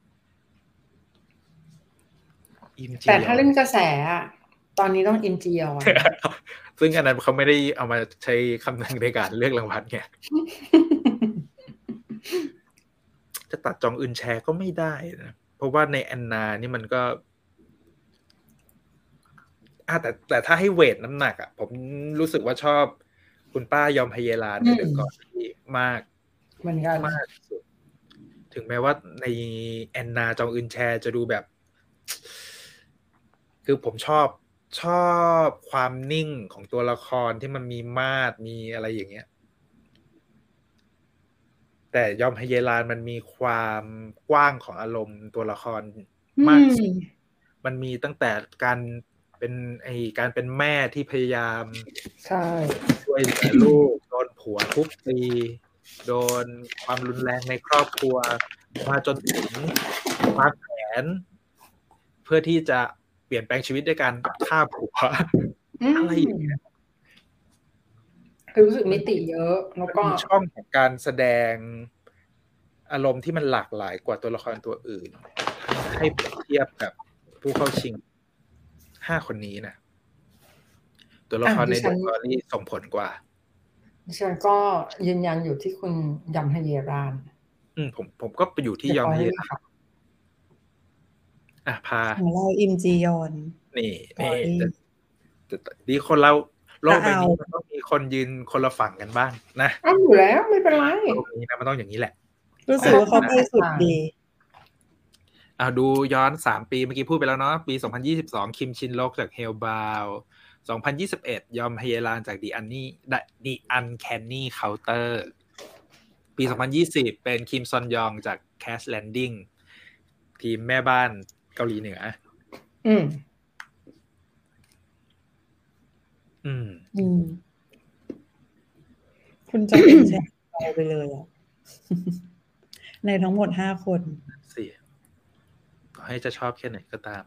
แต่ถ้าเล่นกระแสอ่ะตอนนี้ต้องอิมจียอนซึ่งอันนั้นเขาไม่ได้เอามาใช้คำนึงในการเลือกรางวัลไง จะตัดจองอึนแชร์ก็ไม่ได้นะเพราะว่าในแอนนานี่มันก็แต่ถ้าให้เวทน้ำหนักอ่ะผมรู้สึกว่าชอบคุณป้ายอมฮเยรานในเดอะกอรี่มากเหมือนกันมากสุดถึงแม้ว่าในแอนนาจองอึนแชร์จะดูแบบคือผมชอบความนิ่งของตัวละครที่มันมีมาดมีอะไรอย่างเงี้ยแต่ยอมฮเยรานมันมีความกว้างของอารมณ์ตัวละครมากสุดมันมีตั้งแต่การเป็นแม่ที่พยายามช่วยเหลือลูกโดนผัวทุบตีโดนความรุนแรงในครอบครัวมาจนถึงวางแผนเพื่อที่จะเปลี่ยนแปลงชีวิตด้วยการฆ่าผัวอะไรอย่างเงี้ยคือรู้สึกมิติเยอะแล้วก็ช่องของการแสดงอารมณ์ที่มันหลากหลายกว่าตัวละครตัวอื่นให้เปรียบเทียบกับผู้เข้าชิง5 คนนี้นะตัวละครในเดอะกอรี่ส่งผลกว่าฉันก็ยืนยันอยู่ที่คุณยอมฮเยรานผมก็ไปอยู่ที่ยอมฮเยรานพาของเราอิมจียอนนี่ดีคนเราโลกใบนี้มันต้องมีคนยืนคนละฝั่งกันบ้างนะอยู่แล้วไม่เป็นไรโลกนี้นะมันต้องอย่างนี้แหละรู้สึกว่าเขาไปสุดดีดูย้อน3 ปีเมื่อกี้พูดไปแล้วเนาะปี2022คิมชินลกจากเฮลบาว2021ยอมฮเยรานจากThe Uncanny Counter ปี2020เป็นคิมซอนยองจาก Crash Landing ทีมแม่บ้านเกาหลีเหนืออืมอืมคุณจะเป็นแชร์ไปเลยอ่ะ ในทั้งหมด5 คนสิก็ให้จะชอบแค่ไหนก็ตาม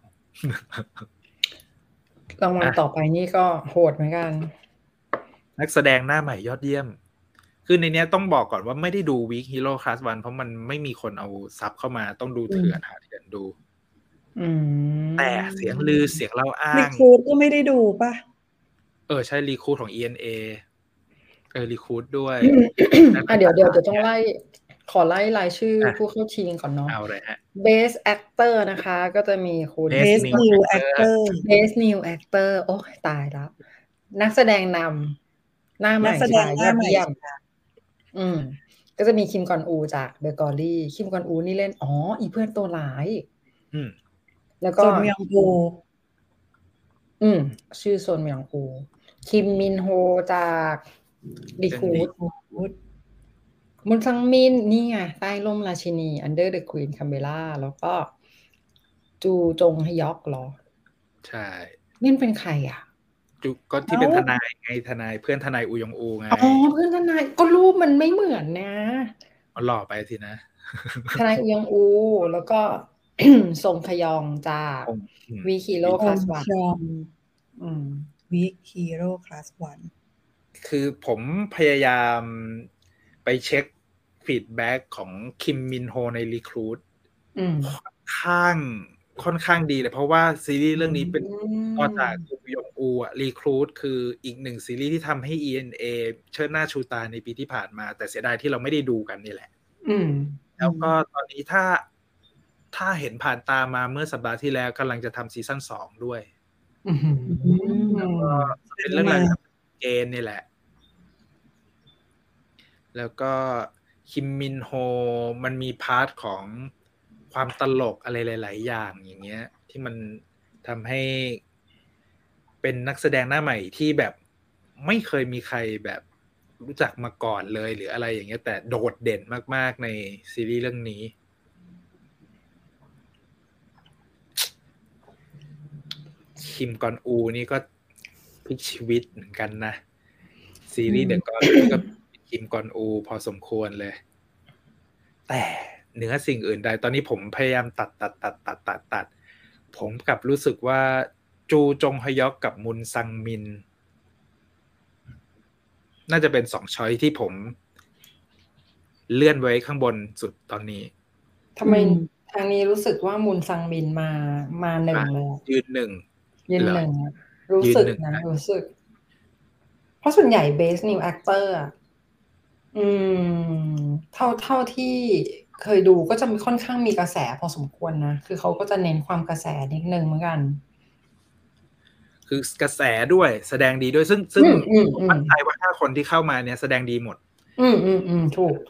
รางวัลต่อไปนี่ก็โหดเหมือนกันนักแสดงหน้าใหม่ยอดเยี่ยม คือในเนี้ยต้องบอกก่อนว่าไม่ได้ดู Week Hero Class 1 เพราะมันไม่มีคนเอาซับเข้ามาต้องดูเถื่อนหาเถื่อนดู แต่เสียงลือเสียงเล่าอ้ารีงครูทก็ไม่ได้ดูป่ะใช่รีคูดของ ENA รีคูดด้วยเดี๋ยวต้องขอไล่รายชื่อผู้เข้าชิงก่อนเนาะเอาเลยฮะ Best Actor นะคะ ก็จะมีคุณ Best New Actor Best New Actor โอ้ยตายแล้ว นักแสดงนำหน้าใหม่นักแสดงหน้าใหม่ยอดเยี่ยมก็จะมีคิมกอนอูจาก The Glory คิมกอนอูนี่เล่นอีเพื่อนตัวร้าย แล้วก็ซอนมยองโฮชื่อซอนมยองโฮคิมมินโฮจากรีคูดมุนซังมินนี่ไงใต้ร่มราชินี Under the Queen Camera แล้วก็จูจงฮยอกเหรอใช่นี่เป็นใครอ่ะก็ที่เป็นทนายไงทนายเพื่อนทนายอูยองอูไงเพื่อนทนายก็รูปมันไม่เหมือนนะมันหล่อไปสินะทนายอูยองอูแล้วก็ ซงขยองจากวีฮีโร่คลาส1 วีฮีโร่คลาส1 คือผมพยายามไปเช็คฟีดแบ็กของคิมมินโฮในรีครูทค่อนข้างดีเลยเพราะว่าซีรีส์เรื่องนี้เป็นต่อจากอูยองอูรีครูทคืออีกหนึ่งซีรีส์ที่ทำให้ ENA เชิดหน้าชูตาในปีที่ผ่านมาแต่เสียดายที่เราไม่ได้ดูกันนี่แหละแล้วก็ตอนนี้ถ้าเห็นผ่านตามาเมื่อสัปดาห์ที่แล้วกำลังจะทำซีซั่น2ด้วยแล้วก็เป็นเรื่องราวเกณฑ์นี่แหละแล้วก็คิมมินโฮมันมีพาร์ทของความตลกอะไรหลายๆอย่างอย่างเงี้ยที่มันทำให้เป็นนักแสดงหน้าใหม่ที่แบบไม่เคยมีใครแบบรู้จักมาก่อนเลยหรืออะไรอย่างเงี้ยแต่โดดเด่นมากๆในซีรีส์เรื่องนี้คิมกอนอูนี่ก็พลิกชีวิตเหมือนกันนะซีรีส์เดอะกอนก็คิมกอนอูพอสมควรเลยแต่เหนือสิ่งอื่นใดตอนนี้ผมพยายามตัดผมกลับรู้สึกว่าจูจงฮยอกกับมุนซังมินน่าจะเป็น2ช้อยที่ผมเลื่อนไว้ข้างบนสุดตอนนี้ทำไมทางนี้รู้สึกว่ามุนซังมินมาหนึ่งเลยยืนหนึ่งรู้สึกเพราะส่วนใหญ่ Best New Actor เท่าที่เคยดูก็จะมีค่อนข้างมีกระแสพอสมควรนะคือเขาก็จะเน้นความกระแสนิดนึงเหมือนกันคือกระแสด้วยแสดงดีด้วยซึ่งผมมั่นใจว่า5คนที่เข้ามาเนี่ยแสดงดีหมดถูก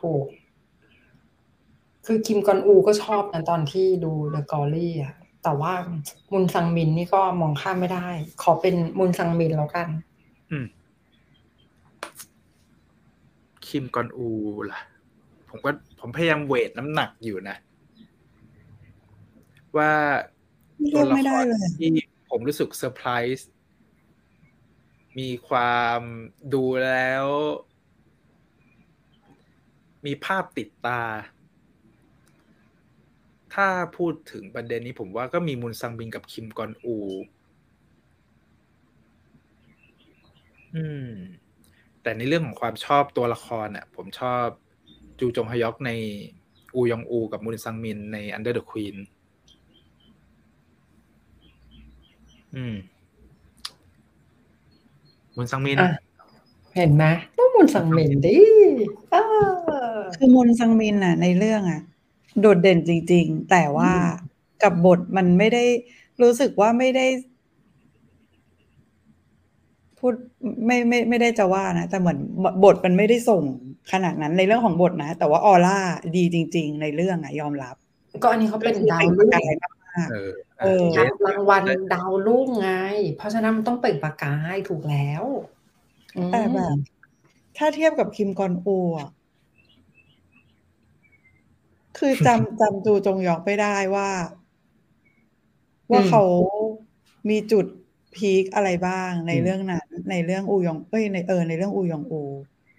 คือคิมกอนอูก็ชอบนะตอนที่ดู The Glory อ่ะแต่ว่ามุนซังมินนี่ก็มองข้ามไม่ได้ขอเป็นมุนซังมินแล้วกันคิมกอนอูล่ะผมพยายามเวทน้ำหนักอยู่นะว่าตัวละครที่ผมรู้สึกเซอร์ไพรส์มีความดูแล้วมีภาพติดตาถ้าพูดถึงประเด็นนี้ผมว่าก็มีมุนซังบินกับคิมกอนอูแต่ในเรื่องของความชอบตัวละครน่ะผมชอบจูจงฮยอกในอูยองอูกับมุนซังมินใน Under the Queen มุนซังมินเห็นไหมต้องมุนซังมินดิคือมุนซังมินน่ะในเรื่องอ่ะโดดเด่นจริงๆแต่ว่ากับบทมันไม่ได้รู้สึกว่าไม่ได้พูดไม่ได้จะว่านะแต่เหมือนบทมันไม่ได้ส่งขนาดนั้นในเรื่องของบทนะแต่ว่าออร่าดีจริงๆในเรื่องอ่ะยอมรับก็อันนี้เขาเป็นดาวรุ่งรางวัลดาวรุ่งไงเพราะฉะนั้นมันต้องเปล่งประกายถูกแล้วแต่แบบถ้าเทียบกับคิมกอนอูอ่ะคือจำจูจงยอกไม่ได้ว่าเขามีจุดพีคอะไรบ้างในเรื่องนั้นในเรื่องอูยองในเรื่องอูยองอู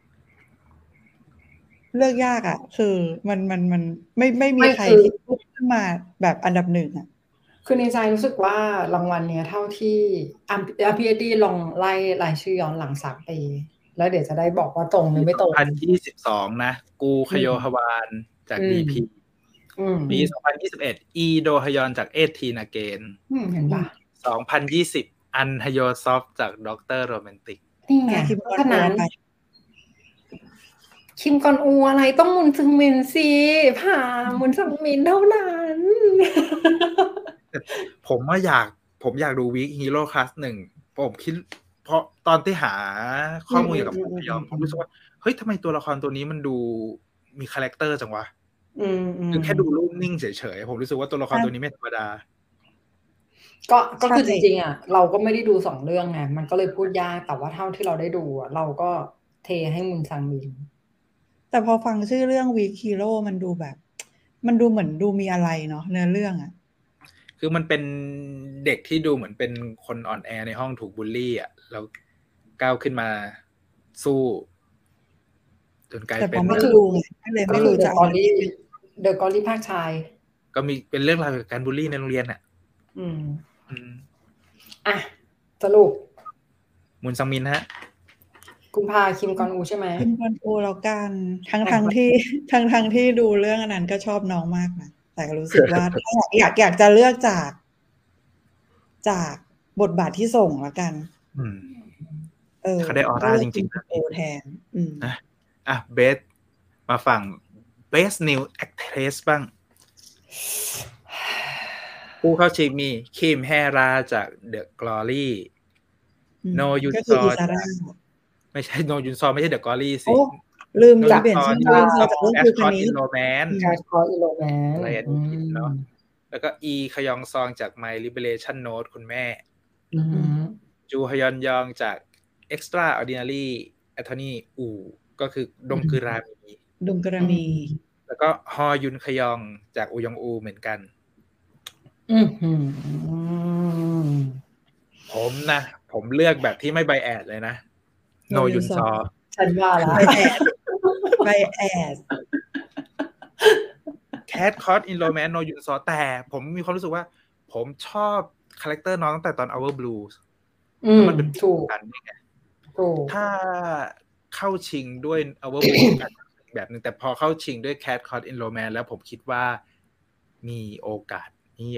เลือกยากอ่ะคือมันไม่มีใครที่พูดขึ้นมาแบบอันดับหนึ่งอ่ะคือในใจรู้สึกว่ารางวัลเนี้ยเท่าที่พี่เอ็ดดี้ลองไล่รายชื่อย้อนหลัง3 ปีแล้วเดี๋ยวจะได้บอกว่าตรงหรือไม่ตรง 2022นะกูคโยฮวานจาก DP ปี2021อีโดฮยอนจาก18 Again เห็นปะ 2020อันฮโยซอฟจากด็อกเตอร์โรแมนติกนี่ไงเพราะฉะนั้นคิมกอนอูอะไรต้องมุนซึงมินสิผ่ามุนซึงมินเท่านั้นผมอยากดูวีคฮีโร่คลาส1ผมคิดเพราะตอนที่หาข้อมูลเกี่ยวกับพยอมผมรู้สึกว่าเฮ้ยทำไมตัวละครตัวนี้มันดูมีคาแรคเตอร์จังวะคือแค่ดูรูปนิ่งเฉยๆผมรู้สึกว่าตัวละครตัวนี้ไม่ธรรมดาก็คือจริงๆอ่ะเราก็ไม่ได้ดู2 เรื่องไงมันก็เลยพูดยากแต่ว่าเท่าที่เราได้ดูเราก็เทให้มุนซังมินแต่พอฟังชื่อเรื่องวีคฮีโร่มันดูแบบมันดูเหมือนดูมีอะไรเนาะเนื้อเรื่องอ่ะคือมันเป็นเด็กที่ดูเหมือนเป็นคนอ่อนแอในห้องถูกบูลลี่อ่ะแล้วก้าวขึ้นมาสู้จนกลายเป็นแต่ผมไม่รู้ไงไม่รู้จะเดอะกอรี่ภาคชายก็มีเป็นเรื่องราวเกี่ยวกับการบูลลี่ในโรงเรียนอ่ะอ่ะสรุปมุนซังมินฮะกุมภาคิมกอนอูใช่ไหมคิมกอนอูแล้วกันทั้งที่ดูเรื่องอันนั้นก็ชอบน้องมากนะแต่ก็รู้สึกว่าอยากจะเลือกจากบทบาทที่ส่งแล้วกันเขาได้ออร่าจริงๆนะแทนเบสมาฝั่ง Best New Actress บ้างผู้เข้าชิงมีคิมแฮราจาก The Glory โนยุนซอไม่ใช่โนยุนซอไม่ใช่ The Glory สิลืมเปลี่ยนชื่อจากแอชคอร์อินโรแมนอะไรอันนี้เนาะแล้วก็อีขยองซองจาก My Liberation Note คุณแม่จูฮยอนยองจาก Extraordinary Attorney อูก็คือดงกุรามีแล้วก็ฮอยุนขยองจากอูยองอูเหมือนกันผมเลือกแบบที่ไม่ไบแอดเลยนะโนยุนซอฉันว่าละไบแอดแคทคอสอินโรแมนโนยุนซอแต่ผมมีความรู้สึกว่าผมชอบคาแรคเตอร์น้องตั้งแต่ตอน Our Blues มันเป็นถูกกันไงถ้าเข้าชิงด้วย Our Blues แบบนึงแต่พอเข้าชิงด้วย Cat Caught in Romance แล้วผมคิดว่ามีโอกาส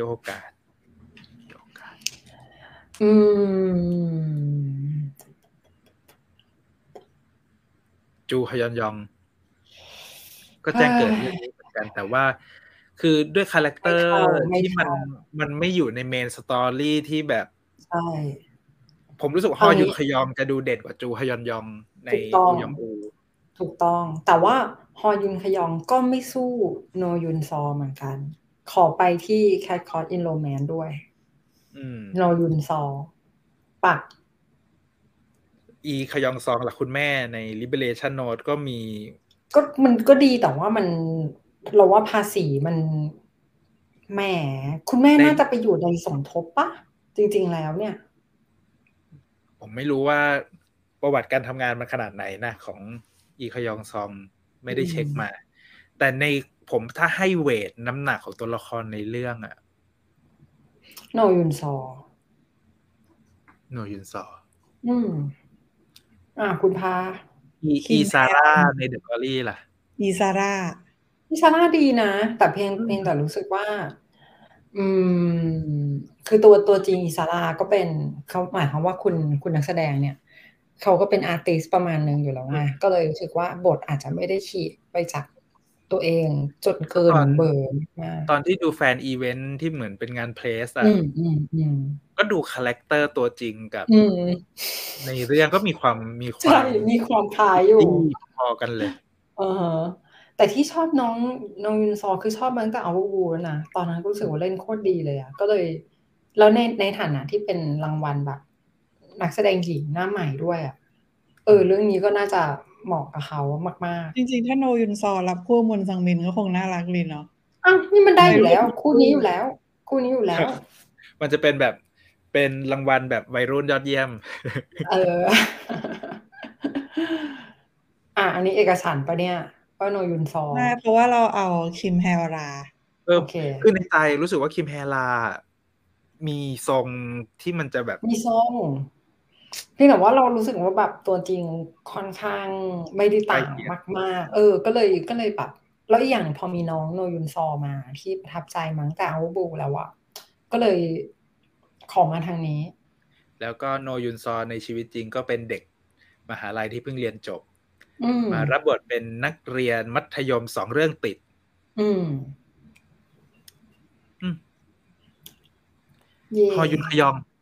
จูฮยอนยองก็แจ้งเกิดเรื่องนี้เหมือนกันแต่ว่าคือด้วยคาแรคเตอร์ที่มันไม่อยู่ในเมนสตอรี่ที่แบบใช่ผมรู้สึกว่าฮอยุนขยองจะดูเด่นกว่าจูฮยอนยองในอูยองอูถูกต้องแต่ว่าฮอยุนขยองก็ไม่สู้โนยุนซอเหมือนกันขอไปที่ Cat Caught in Romance ด้วยโนยุนซอปักอีขยองซองหลักคุณแม่ใน Liberation Note ก็มีมันก็ดีแต่ว่ามันเราว่าภาษีมันแหมคุณแม่น่าจะไปอยู่ในสมทบปะจริงๆแล้วเนี่ยผมไม่รู้ว่าประวัติการทำงานมันขนาดไหนนะของอีขยองซองไม่ได้เช็คมาแต่ในผมถ้าให้เวทน้ำหนักของตัวละครในเรื่องอะโนยุนซอคุณพาอีซาร่าในเดอะกอรี่ล่ะอีซาร่าดีนะแต่เพลงแต่รู้สึกว่าคือตัวจริงอีซาร่าก็เป็นเขาหมายความว่าคุณนักแสดงเนี่ยเขาก็เป็นอาร์ติสต์ประมาณนึงอยู่แล้วไงก็เลยรู้สึกว่าบทอาจจะไม่ได้ฉีกไปจากตัวเองจนเกินเบอร์ตอนที่ดูแฟนอีเวนท์ที่เหมือนเป็นงานเพลสอ่ะก็ดูคาแรคเตอร์ตัวจริงกับในเรื่องก็มีความใช่มีความคล้ายอยู่พอกันเลยแต่ที่ชอบน้องยุนซอคือชอบมาตั้งแต่เอาวูแล้วนะตอนนั้นก็รู้สึกว่าเล่นโคตรดีเลยอ่ะก็เลยแล้วในฐานะที่เป็นรางวัลแบบนักแสดงหญิงหน้าใหม่ด้วยอ่ะเรื่องนี้ก็น่าจะเหมาะกับเขามากๆจริงๆถ้าโนยุนซอรับคู่มุนซังมินก็คงน่ารักดีเนาะนี่มันได้อยู่แล้วคู่นี้อยู่แล้วมันจะเป็นแบบเป็นรางวัลแบบวัยรุ่นยอดเยี่ยมอันนี้เอกฉันท์ปะเนี่ยว่าโนยุนซอไม่เพราะว่าเราเอาคิมแฮราโอเคคือในใจรู้สึกว่าคิมแฮรามีทรงที่มันจะแบบมีทรงที่แต่ว่าเรารู้สึกว่าแบบตัวจริงค่อนข้างไม่ได้ต่างมากๆก็เลยแบบแล้วอีกอย่างพอมีน้องโนยุนซอมาที่ประทับใจมั้งแต่เอาบูแล้วอะก็เลยขอมาทางนี้แล้วก็โนยุนซอในชีวิตจริงก็เป็นเด็กมหาลัยที่เพิ่งเรียนจบมารับบทเป็นนักเรียนมัธยม2 เรื่องติดฮอยุนขย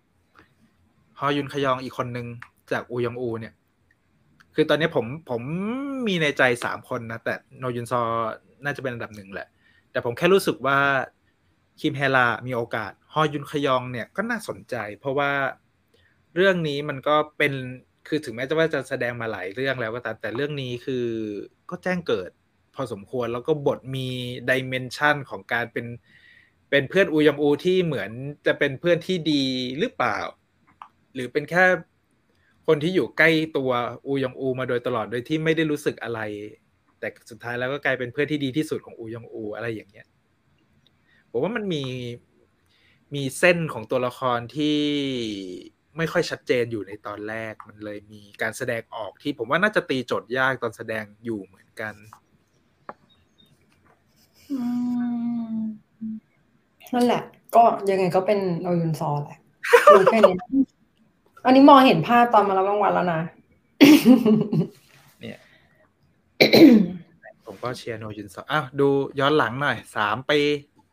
องอีกคนนึงจากอูยองอูเนี่ยคือตอนนี้ผมมีในใจ3 คนนะแต่โนยุนซอน่าจะเป็นอันดับ 1แหละแต่ผมแค่รู้สึกว่าคิมแฮรามีโอกาสฮอยุนขยองเนี่ยก็น่าสนใจเพราะว่าเรื่องนี้มันก็เป็นคือถึงแม้จะแสดงมาหลายเรื่องแล้วก็ตามแต่เรื่องนี้คือก็แจ้งเกิดพอสมควรแล้วก็บทมีดิเมนชันของการเป็นเพื่อนอูยองอูที่เหมือนจะเป็นเพื่อนที่ดีหรือเปล่าหรือเป็นแค่คนที่อยู่ใกล้ตัวอูยองอูมาโดยตลอดโดยที่ไม่ได้รู้สึกอะไรแต่สุดท้ายแล้วก็กลายเป็นเพื่อนที่ดีที่สุดของอูยองอูอะไรอย่างเงี้ยผมว่ามันมีเส้นของตัวละครที่ไม่ค่อยชัดเจนอยู่ในตอนแรกมันเลยมีการแสดงออกที่ผมว่าน่าจะตีโจทย์ยากตอนแสดงอยู่เหมือนกันนั่นแหละก็ยังไงก็เป็นโนยุนซอแหละรู้แค่นี้อันนี้มองเห็นภาพตอนมารับรางวัลแล้วนะเนี่ย ผมก็เชียร์โนยุนซอดูย้อนหลังหน่อย3 ปี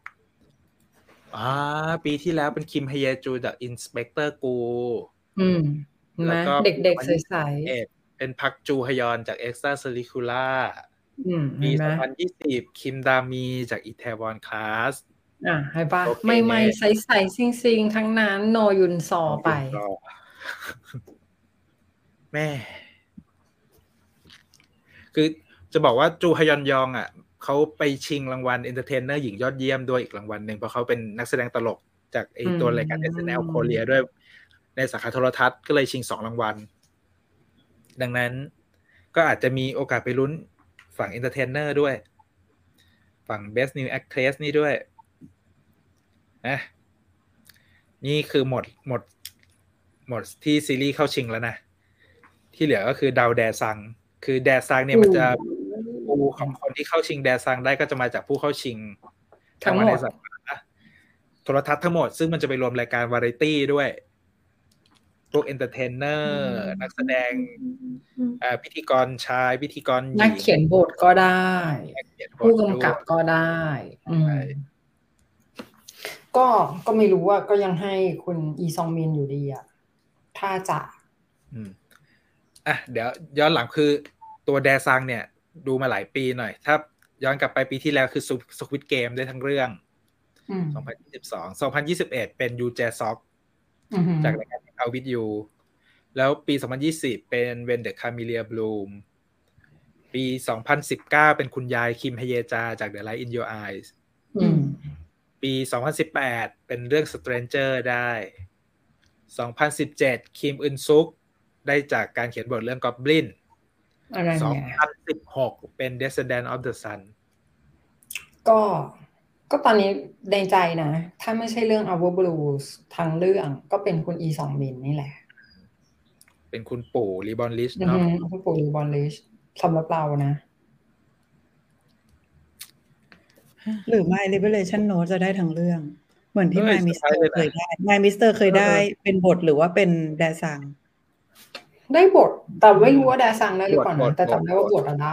ปีที่แล้วเป็นคิมฮเยจูจากอินสเปกเตอร์กูแล้วก็เด็กๆใสๆเป็นพักจูฮยอนจากเอ็กซ์ตร้าเซอริคูล่าปี2020คิมดามีจากอิเทวอนคลาสให้ป่ะไม่ใสๆซิงๆทั้งนั้นโนยุนซอไปแม่คือจะบอกว่าจูฮยอนยองเขาไปชิงรางวัลเอนเตอร์เทนเนอร์หญิงยอดเยี่ยมด้วยอีกรางวัลหนึ่งเพราะเขาเป็นนักแสดงตลกจากไอตัวรายการ SNL โคเรียด้วยในสาขาโทรทัศน์ก็เลยชิง2 รางวัลดังนั้นก็อาจจะมีโอกาสไปลุ้นฝั่งเอนเตอร์เทนเนอร์ด้วยฝั่ง Best New Actress นี่ด้วยนี่คือหมดที่ซีรีส์เข้าชิงแล้วนะที่เหลือก็คือดาวแดซังคือแดซังเนี่ยมันจะปูของคนที่เข้าชิงแดซังได้ก็จะมาจากผู้เข้าชิงทั้งหมดในสาขาโทรทัศน์ทั้งหมดซึ่งมันจะไปรวมรายการวาไรตี้ด้วยพวกเอนเตอร์เทนเนอร์นักแสดงพิธีกรชายพิธีกรหญิงนักเขียนบทก็ได้ผู้กำกับก็ได้ก็ไม่รู้ว่าก็ยังให้คุณอีซองมินอยู่ดีถ้าจะเดี๋ยวย้อนหลังคือตัวแดซังเนี่ยดูมาหลายปีหน่อยถ้าย้อนกลับไปปีที่แล้วคือ Squid Game ได้ทั้งเรื่อง2022 2021เป็นยูแจซอกจากรายการ Out with You แล้วปี2020เป็น When the Camellia Bloom ปี2019เป็นคุณยายคิมฮเยจาจาก The Light in Your Eyes ปี2018เป็นเรื่อง Stranger ได้2017คิมอึนซุกได้จากการเขียนบทเรื่อง Goblin 2016เป็น Descendant of the Sun ก็ตอนนี้ในใจนะถ้าไม่ใช่เรื่อง Our Blues ทั้งเรื่องก็เป็นคุณอีซองมินนี่แหละเป็นคุณปู่รีบอนลิชเนาะคุณปู่รีบอนลิชสำหรับเรานะหรือไม่ Liberation Note จะได้ทั้งเรื่องเหมือนที่ My Mister เคยได้ My Mister เคยได้เป็นบทหรือว่าเป็นแดซังได้บทแต่ไม่รู้ว่าแดซังได้หรือเปล่านะแต่จำได้ว่าบทได้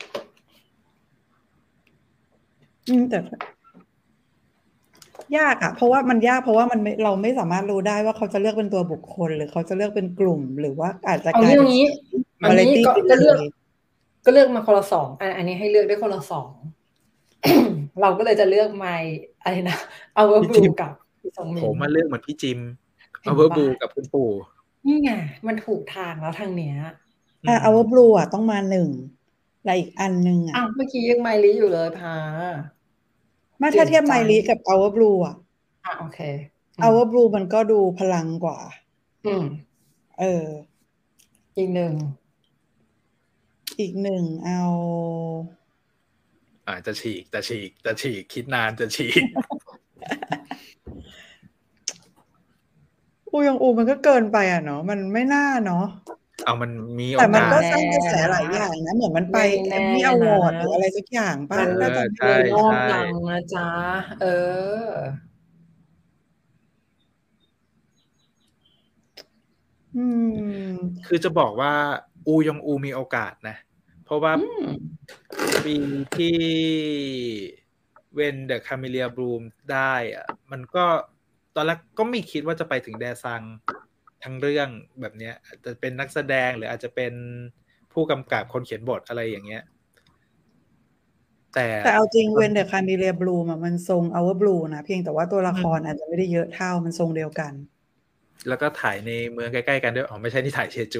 แต่ยากเพราะว่ามันยากเพราะว่ามันเราไม่สามารถรู้ได้ว่าเขาจะเลือกเป็นตัวบุคคลหรือเขาจะเลือกเป็นกลุ่มหรือว่าอาจจะกลายเป็นอันนี้ก็เลือกมาคนละ2อันนี้ให้เลือกได้คนละ2เราก็เลยจะเลือกไม่อะไรนะเอาเวอร์บูกับซองมินผมมาเลือกเหมือนพี่จิมเอาเวอร์บูกับคุณปู่นี่ไงมันถูกทางแล้วทางเนี้ยเอาเวอร์บูต้องมา1และอีกอันนึงเมื่อกี้ยังไมลี่อยู่เลยพาถ้าเทียบไมลี่กับ Our Blue โอเค Our Blue มันก็ดูพลังกว่าอีกหนึ่งเอาจะฉีกคิดนานจะฉีกอูยองอูมันก็เกินไปอ่ะเนาะมันไม่น่าเนาะมันมีโอแต่มันกาสก็สร้างกระแสหลายอย่างนะเหมือนมันไป Emmy Award หรืออะไรสักอย่างป่ะน่าจะใช่รอบดังนะจ๊ะคือจะบอกว่าอูยองอูมีโอกาสนะเพราะว่าปีที่ When the Camellia Bloom ได้อะมันก็ตอนแรกก็ไม่คิดว่าจะไปถึงแดซังทั้งเรื่องแบบเนี้ยอาจจะเป็นนักแสดงหรืออาจจะเป็นผู้กำกับคนเขียนบทอะไรอย่างเงี้ยแต่เอาจริง When the Camellia Bloom มันทรง Our Blue นะเพียงแต่ว่าตัวละครอาจจะไม่ได้เยอะเท่ามันทรงเดียวกันแล้วก็ถ่ายในเมืองใกล้ๆกันด้วยไม่ใช่ที่ถ่ายเชจู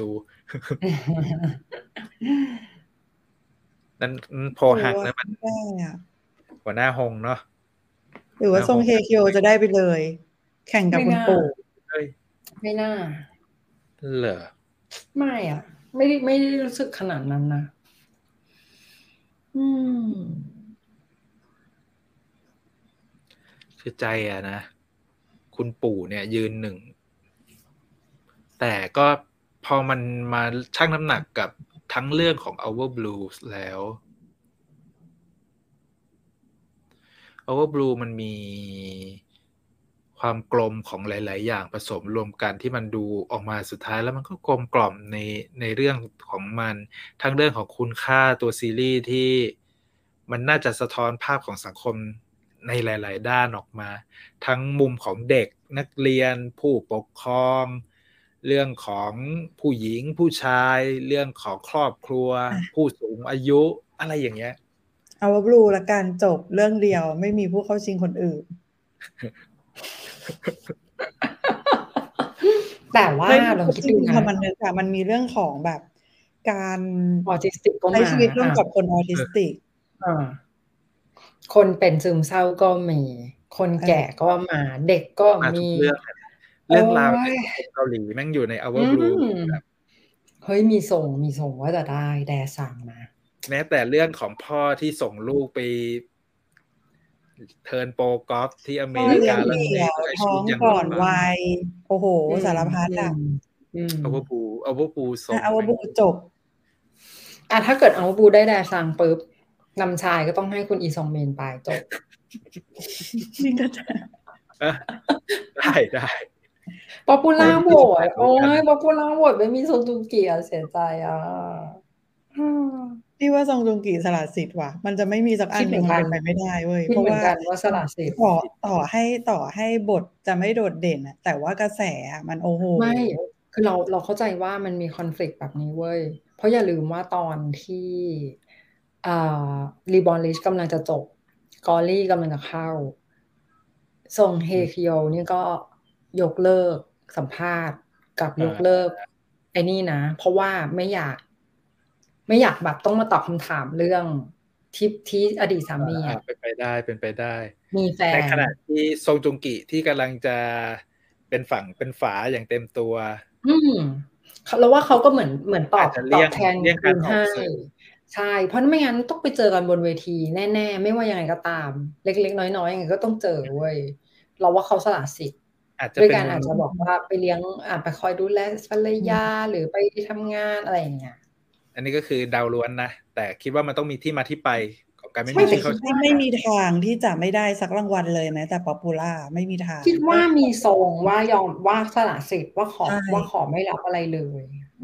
นั้นโพหักนะมันหัวหน้าฮงเนาะหรือว่าทรงเฮเคียวจะได้ไปเลยแข่งกับคุณปู่ไม่น่าเหรอไม่อ่ะไม่ได้รู้สึกขนาดนั้นนะคือใจอะนะคุณปู่เนี่ยยืนหนึ่งแต่ก็พอมันมาชั่งน้ำหนักกับทั้งเรื่องของ Our Blues แล้ว Our Blue มันมีความกลมของหลายๆอย่างผสมรวมกันที่มันดูออกมาสุดท้ายแล้วมันก็กลมกล่อมในเรื่องของมันทั้งเรื่องของคุณค่าตัวซีรีส์ที่มันน่าจะสะท้อนภาพของสังคมในหลายๆด้านออกมาทั้งมุมของเด็กนักเรียนผู้ปกครองเรื่องของผู้หญิงผู้ชายเรื่องของครอบครัวผู้สูงอายุอะไรอย่างเงี้ยเอาว่า Blue ละกันจบเรื่องเดียวไม่มีผู้เข้าชิงคนอื่นแต่ว่าลองคิดดูนะมันมีเรื่องของแบบการออทิสติกก็มาใช้ชีวิตร่วมกับคนออทิสติกคนเป็นซึมเศร้าก็มีคนแก่ก็มาเด็กก็มีเรื่องราวในเกาหลีแม่งอยู่ใน Our Blue เฮ้ยมีส่งว่าจะได้แดซังนะแม้แต่เรื่องของพ่อที่ส่งลูกไปเทิร์นโปรกอล์ฟที่อเมริกาแล้วท้องก่อนวัยโอ้โหสารพัดอ่ะเอาว่าปูส่งเอาว่าปูจบถ้าเกิดเอาว่าปูได้แดซังปุ๊บนำชายก็ต้องให้คุณอีซองเมนไปจบจริงก็จะได้ป๊อปปูล่าโหวตโอ้ยป๊อปปูล่าโหวตไม่มีซงจุงกีเสียใจที่ว่าซงจุงกีสละสิทธิ์ว่ะมันจะไม่มีสักอันหนึ่งมันเป็นไปไม่ได้เว้ยเพราะว่าสละสิทธิ์ต่อให้บทจะไม่โดดเด่นแต่ว่ากระแสมันโอ้โหไม่คือเราเข้าใจว่ามันมีคอนฟลิกต์แบบนี้เว้ยเพราะอย่าลืมว่าตอนที่รีบอร์นลิชกำลังจะจบกอรี่กำลังจะเข้าซงเฮคิโยนี่ก็ยกเลิกสัมภาษณ์กับยกเลิกไอ้นี่นะเพราะว่าไม่อยากแบบต้องมาตอบคำถามเรื่องที่อดีตสามีเป็นไปได้มีแฟนในขณะที่ซงจุงกิที่กำลังจะเป็นฝั่งเป็นฝาอย่างเต็มตัวแล้วว่าเขาก็เหมือนตอบแทนคุณให้ใช่เพราะไม่งั้นต้องไปเจอกันบนเวทีแน่ๆไม่ว่ายังไงก็ตามเล็กๆน้อยๆยังไงก็ต้องเจอเว้ยเราว่าเขาสละสิทธิ์ด้วยการอาจจะบอกว่าไปเลี้ยงไปคอยดูแลภรรยาหรือไปทำงานอะไรอย่างเงี้ยอันนี้ก็คือดาวล้วนนะแต่คิดว่ามันต้องมีที่มาที่ไปของการไม่มีชื่อเขาไม่มีทางที่จะไม่ได้สักรางวัลเลยแม้แต่ป๊อปปูล่าไม่มีทางคิดว่ามีทรงว่ายอมว่าสละสิทธิ์ว่าขอไม่รับอะไรเลย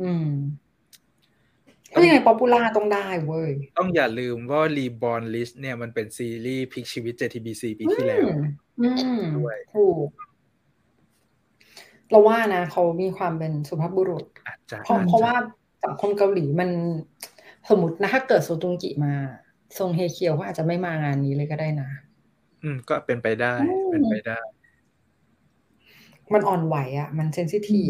ก็ยังไงป๊อปปูล่าต้องได้เว้ยต้องอย่าลืมว่า Reborn List เนี่ยมันเป็นซีรีส์พลิกชีวิต JTBC ปีที่แล้วด้วยถูกเราว่านะเขามีความเป็นสุภาพบุรุษเพราะว่าสังคมเกาหลีมันสมมตินะถ้าเกิดโซจุงกิมาซงเฮเคียวเขาอาจจะไม่มางานนี้เลยก็ได้นะก็เป็นไปได้มันอ่อนไหวมันเซนซิทีฟ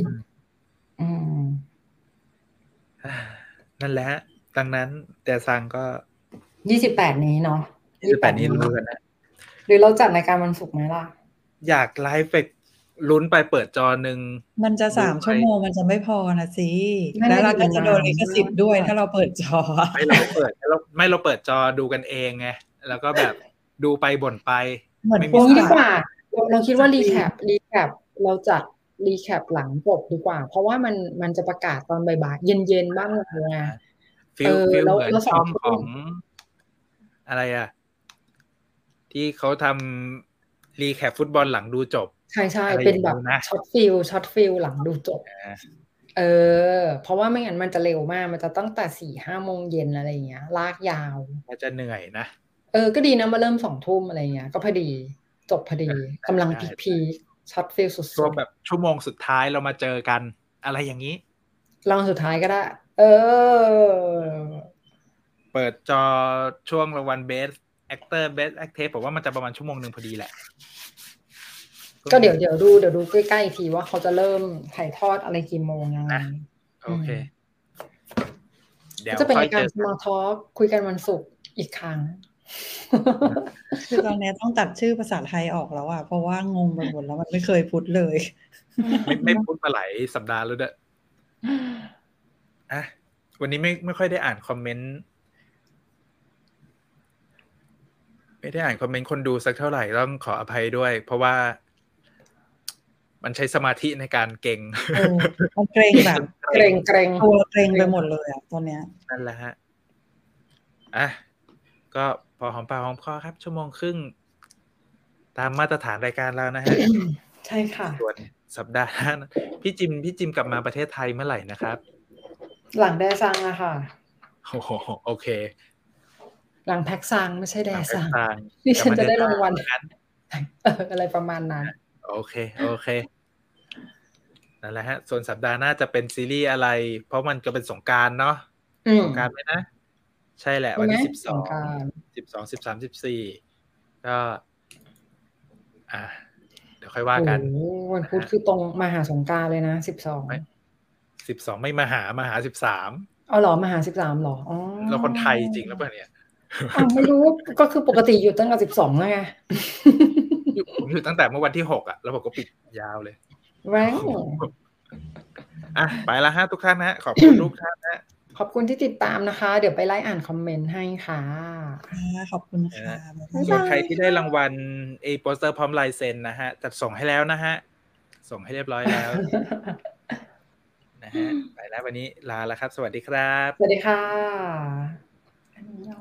นั่นแหละดังนั้นแต่ซังก็ 28นี้เนาะ 28นี้รู้กันนะหรือเราจัดรายการวันศุกร์ไหมล่ะอยากไลฟ์ลุ้นไปเปิดจอหนึ่งมันจะ3 ชั่วโมงมันจะไม่พอนะสิแล้วเราก็จะโดนลิขสิทธิ์ด้วยถ้าเราเปิดจอไม่เราเปิดเราเปิดจอดูกันเองไงแล้วก็แบบดูไปบ่นไปเหมือนพวกนี้ดีกว่าเราคิดว่ารีแคปเราจัดรีแคปหลังจบดีกว่าเพราะว่ามันจะประกาศตอนบ่ายๆเย็นๆบ้างเลยไงฟิลเหมือนช่องของอะไรอ่ะที่เขาทำรีแคปฟุตบอลหลังดูจบใช่ๆเป็นแบบช็อตฟิลหลังดูจบเพราะว่าไม่งั้นมันจะเร็วมากมันจะตั้งแต่ 4-5 โมงเย็นอะไรอย่างเงี้ยลากยาวมันจะเหนื่อยนะก็ดีนะมาเริ่ม 2 ทุ่มอะไรเงี้ยก็พอดีจบพอดีกำลังพีคช็อตฟิลสุดๆช่วงแบบชั่วโมงสุดท้ายเรามาเจอกันอะไรอย่างนี้ลองสุดท้ายก็ได้เปิดจอช่วงรางวัล Best Actor Best Actress ผมว่ามันจะประมาณชั่วโมงนึงพอดีแหละก็เดี๋ยวดูใกล้ๆทีว่าเขาจะเริ่มถ่ายทอดอะไรกี่โมงยังไงโอเคเดี๋ยวจะเป็นการ Small Talk คุยกันวันศุกร์อีกครั้งคือตอนนี้ต้องตัดชื่อภาษาไทยออกแล้วอ่ะเพราะว่างงไปหมดแล้วมันไม่เคยพูดเลยไม่พูดมาหลายสัปดาห์แล้วด้วยวันนี้ไม่ค่อยได้อ่านคอมเมนต์ไม่ได้อ่านคอมเมนต์คนดูสักเท่าไหร่ต้องขออภัยด้วยเพราะว่ามันใช้สมาธิในการเก่งมันเกรงแบบเกรงตัวเกรงไปหมดเลยอ่ะตอนเนี้ยนั่นแหละฮะก็พอหอมปากหอมคอครับชั่วโมงครึ่งตามมาตรฐานรายการเรานะฮะใช่ค่ะส่วนสัปดาห์หน้าพี่จิมกลับมาประเทศไทยเมื่อไหร่นะครับหลังแดซังอะค่ะโอเคหลังแพ็กซังไม่ใช่แดซังนี่ฉันจะได้รางวัลอะไรประมาณนั้นโอเคนั่นแหละฮะส่วนสัปดาห์หน้าจะเป็นซีรีส์อะไรเพราะมันก็เป็นสงกรานต์เนาะสงกรานต์ไหมนะใช่แหละวันที่12 13 14ก็เดี๋ยวค่อยว่ากันวันพุธคือตรงมหาสงกรานต์เลยนะ 12ไม่มหา13 เอาหรอมหา13หรออ๋อเราคนไทยจริงหรือเปล่าเนี่ยไม่รู้ก็คือปกติอยู่ตั้งแต่12แล้วไงผมอยู่ตั้งแต่เมื่อวันที่6อ่ะแล้วผมก็ปิดยาวเลยแว้งไปละฮะทุกท่านฮะขอบคุณทุกท่านฮะขอบคุณที่ติดตามนะคะเดี๋ยวไปไล่อ่านคอมเมนต์ให้ค่ะขอบคุณค่ะส่วนใครที่ได้รางวัลโปสเตอร์พร้อมลายเซ็นนะฮะจัดส่งให้แล้วนะฮะส่งให้เรียบร้อยแล้วนะฮะไปแล้ววันนี้ลาแล้วครับสวัสดีครับสวัสดีค่ะ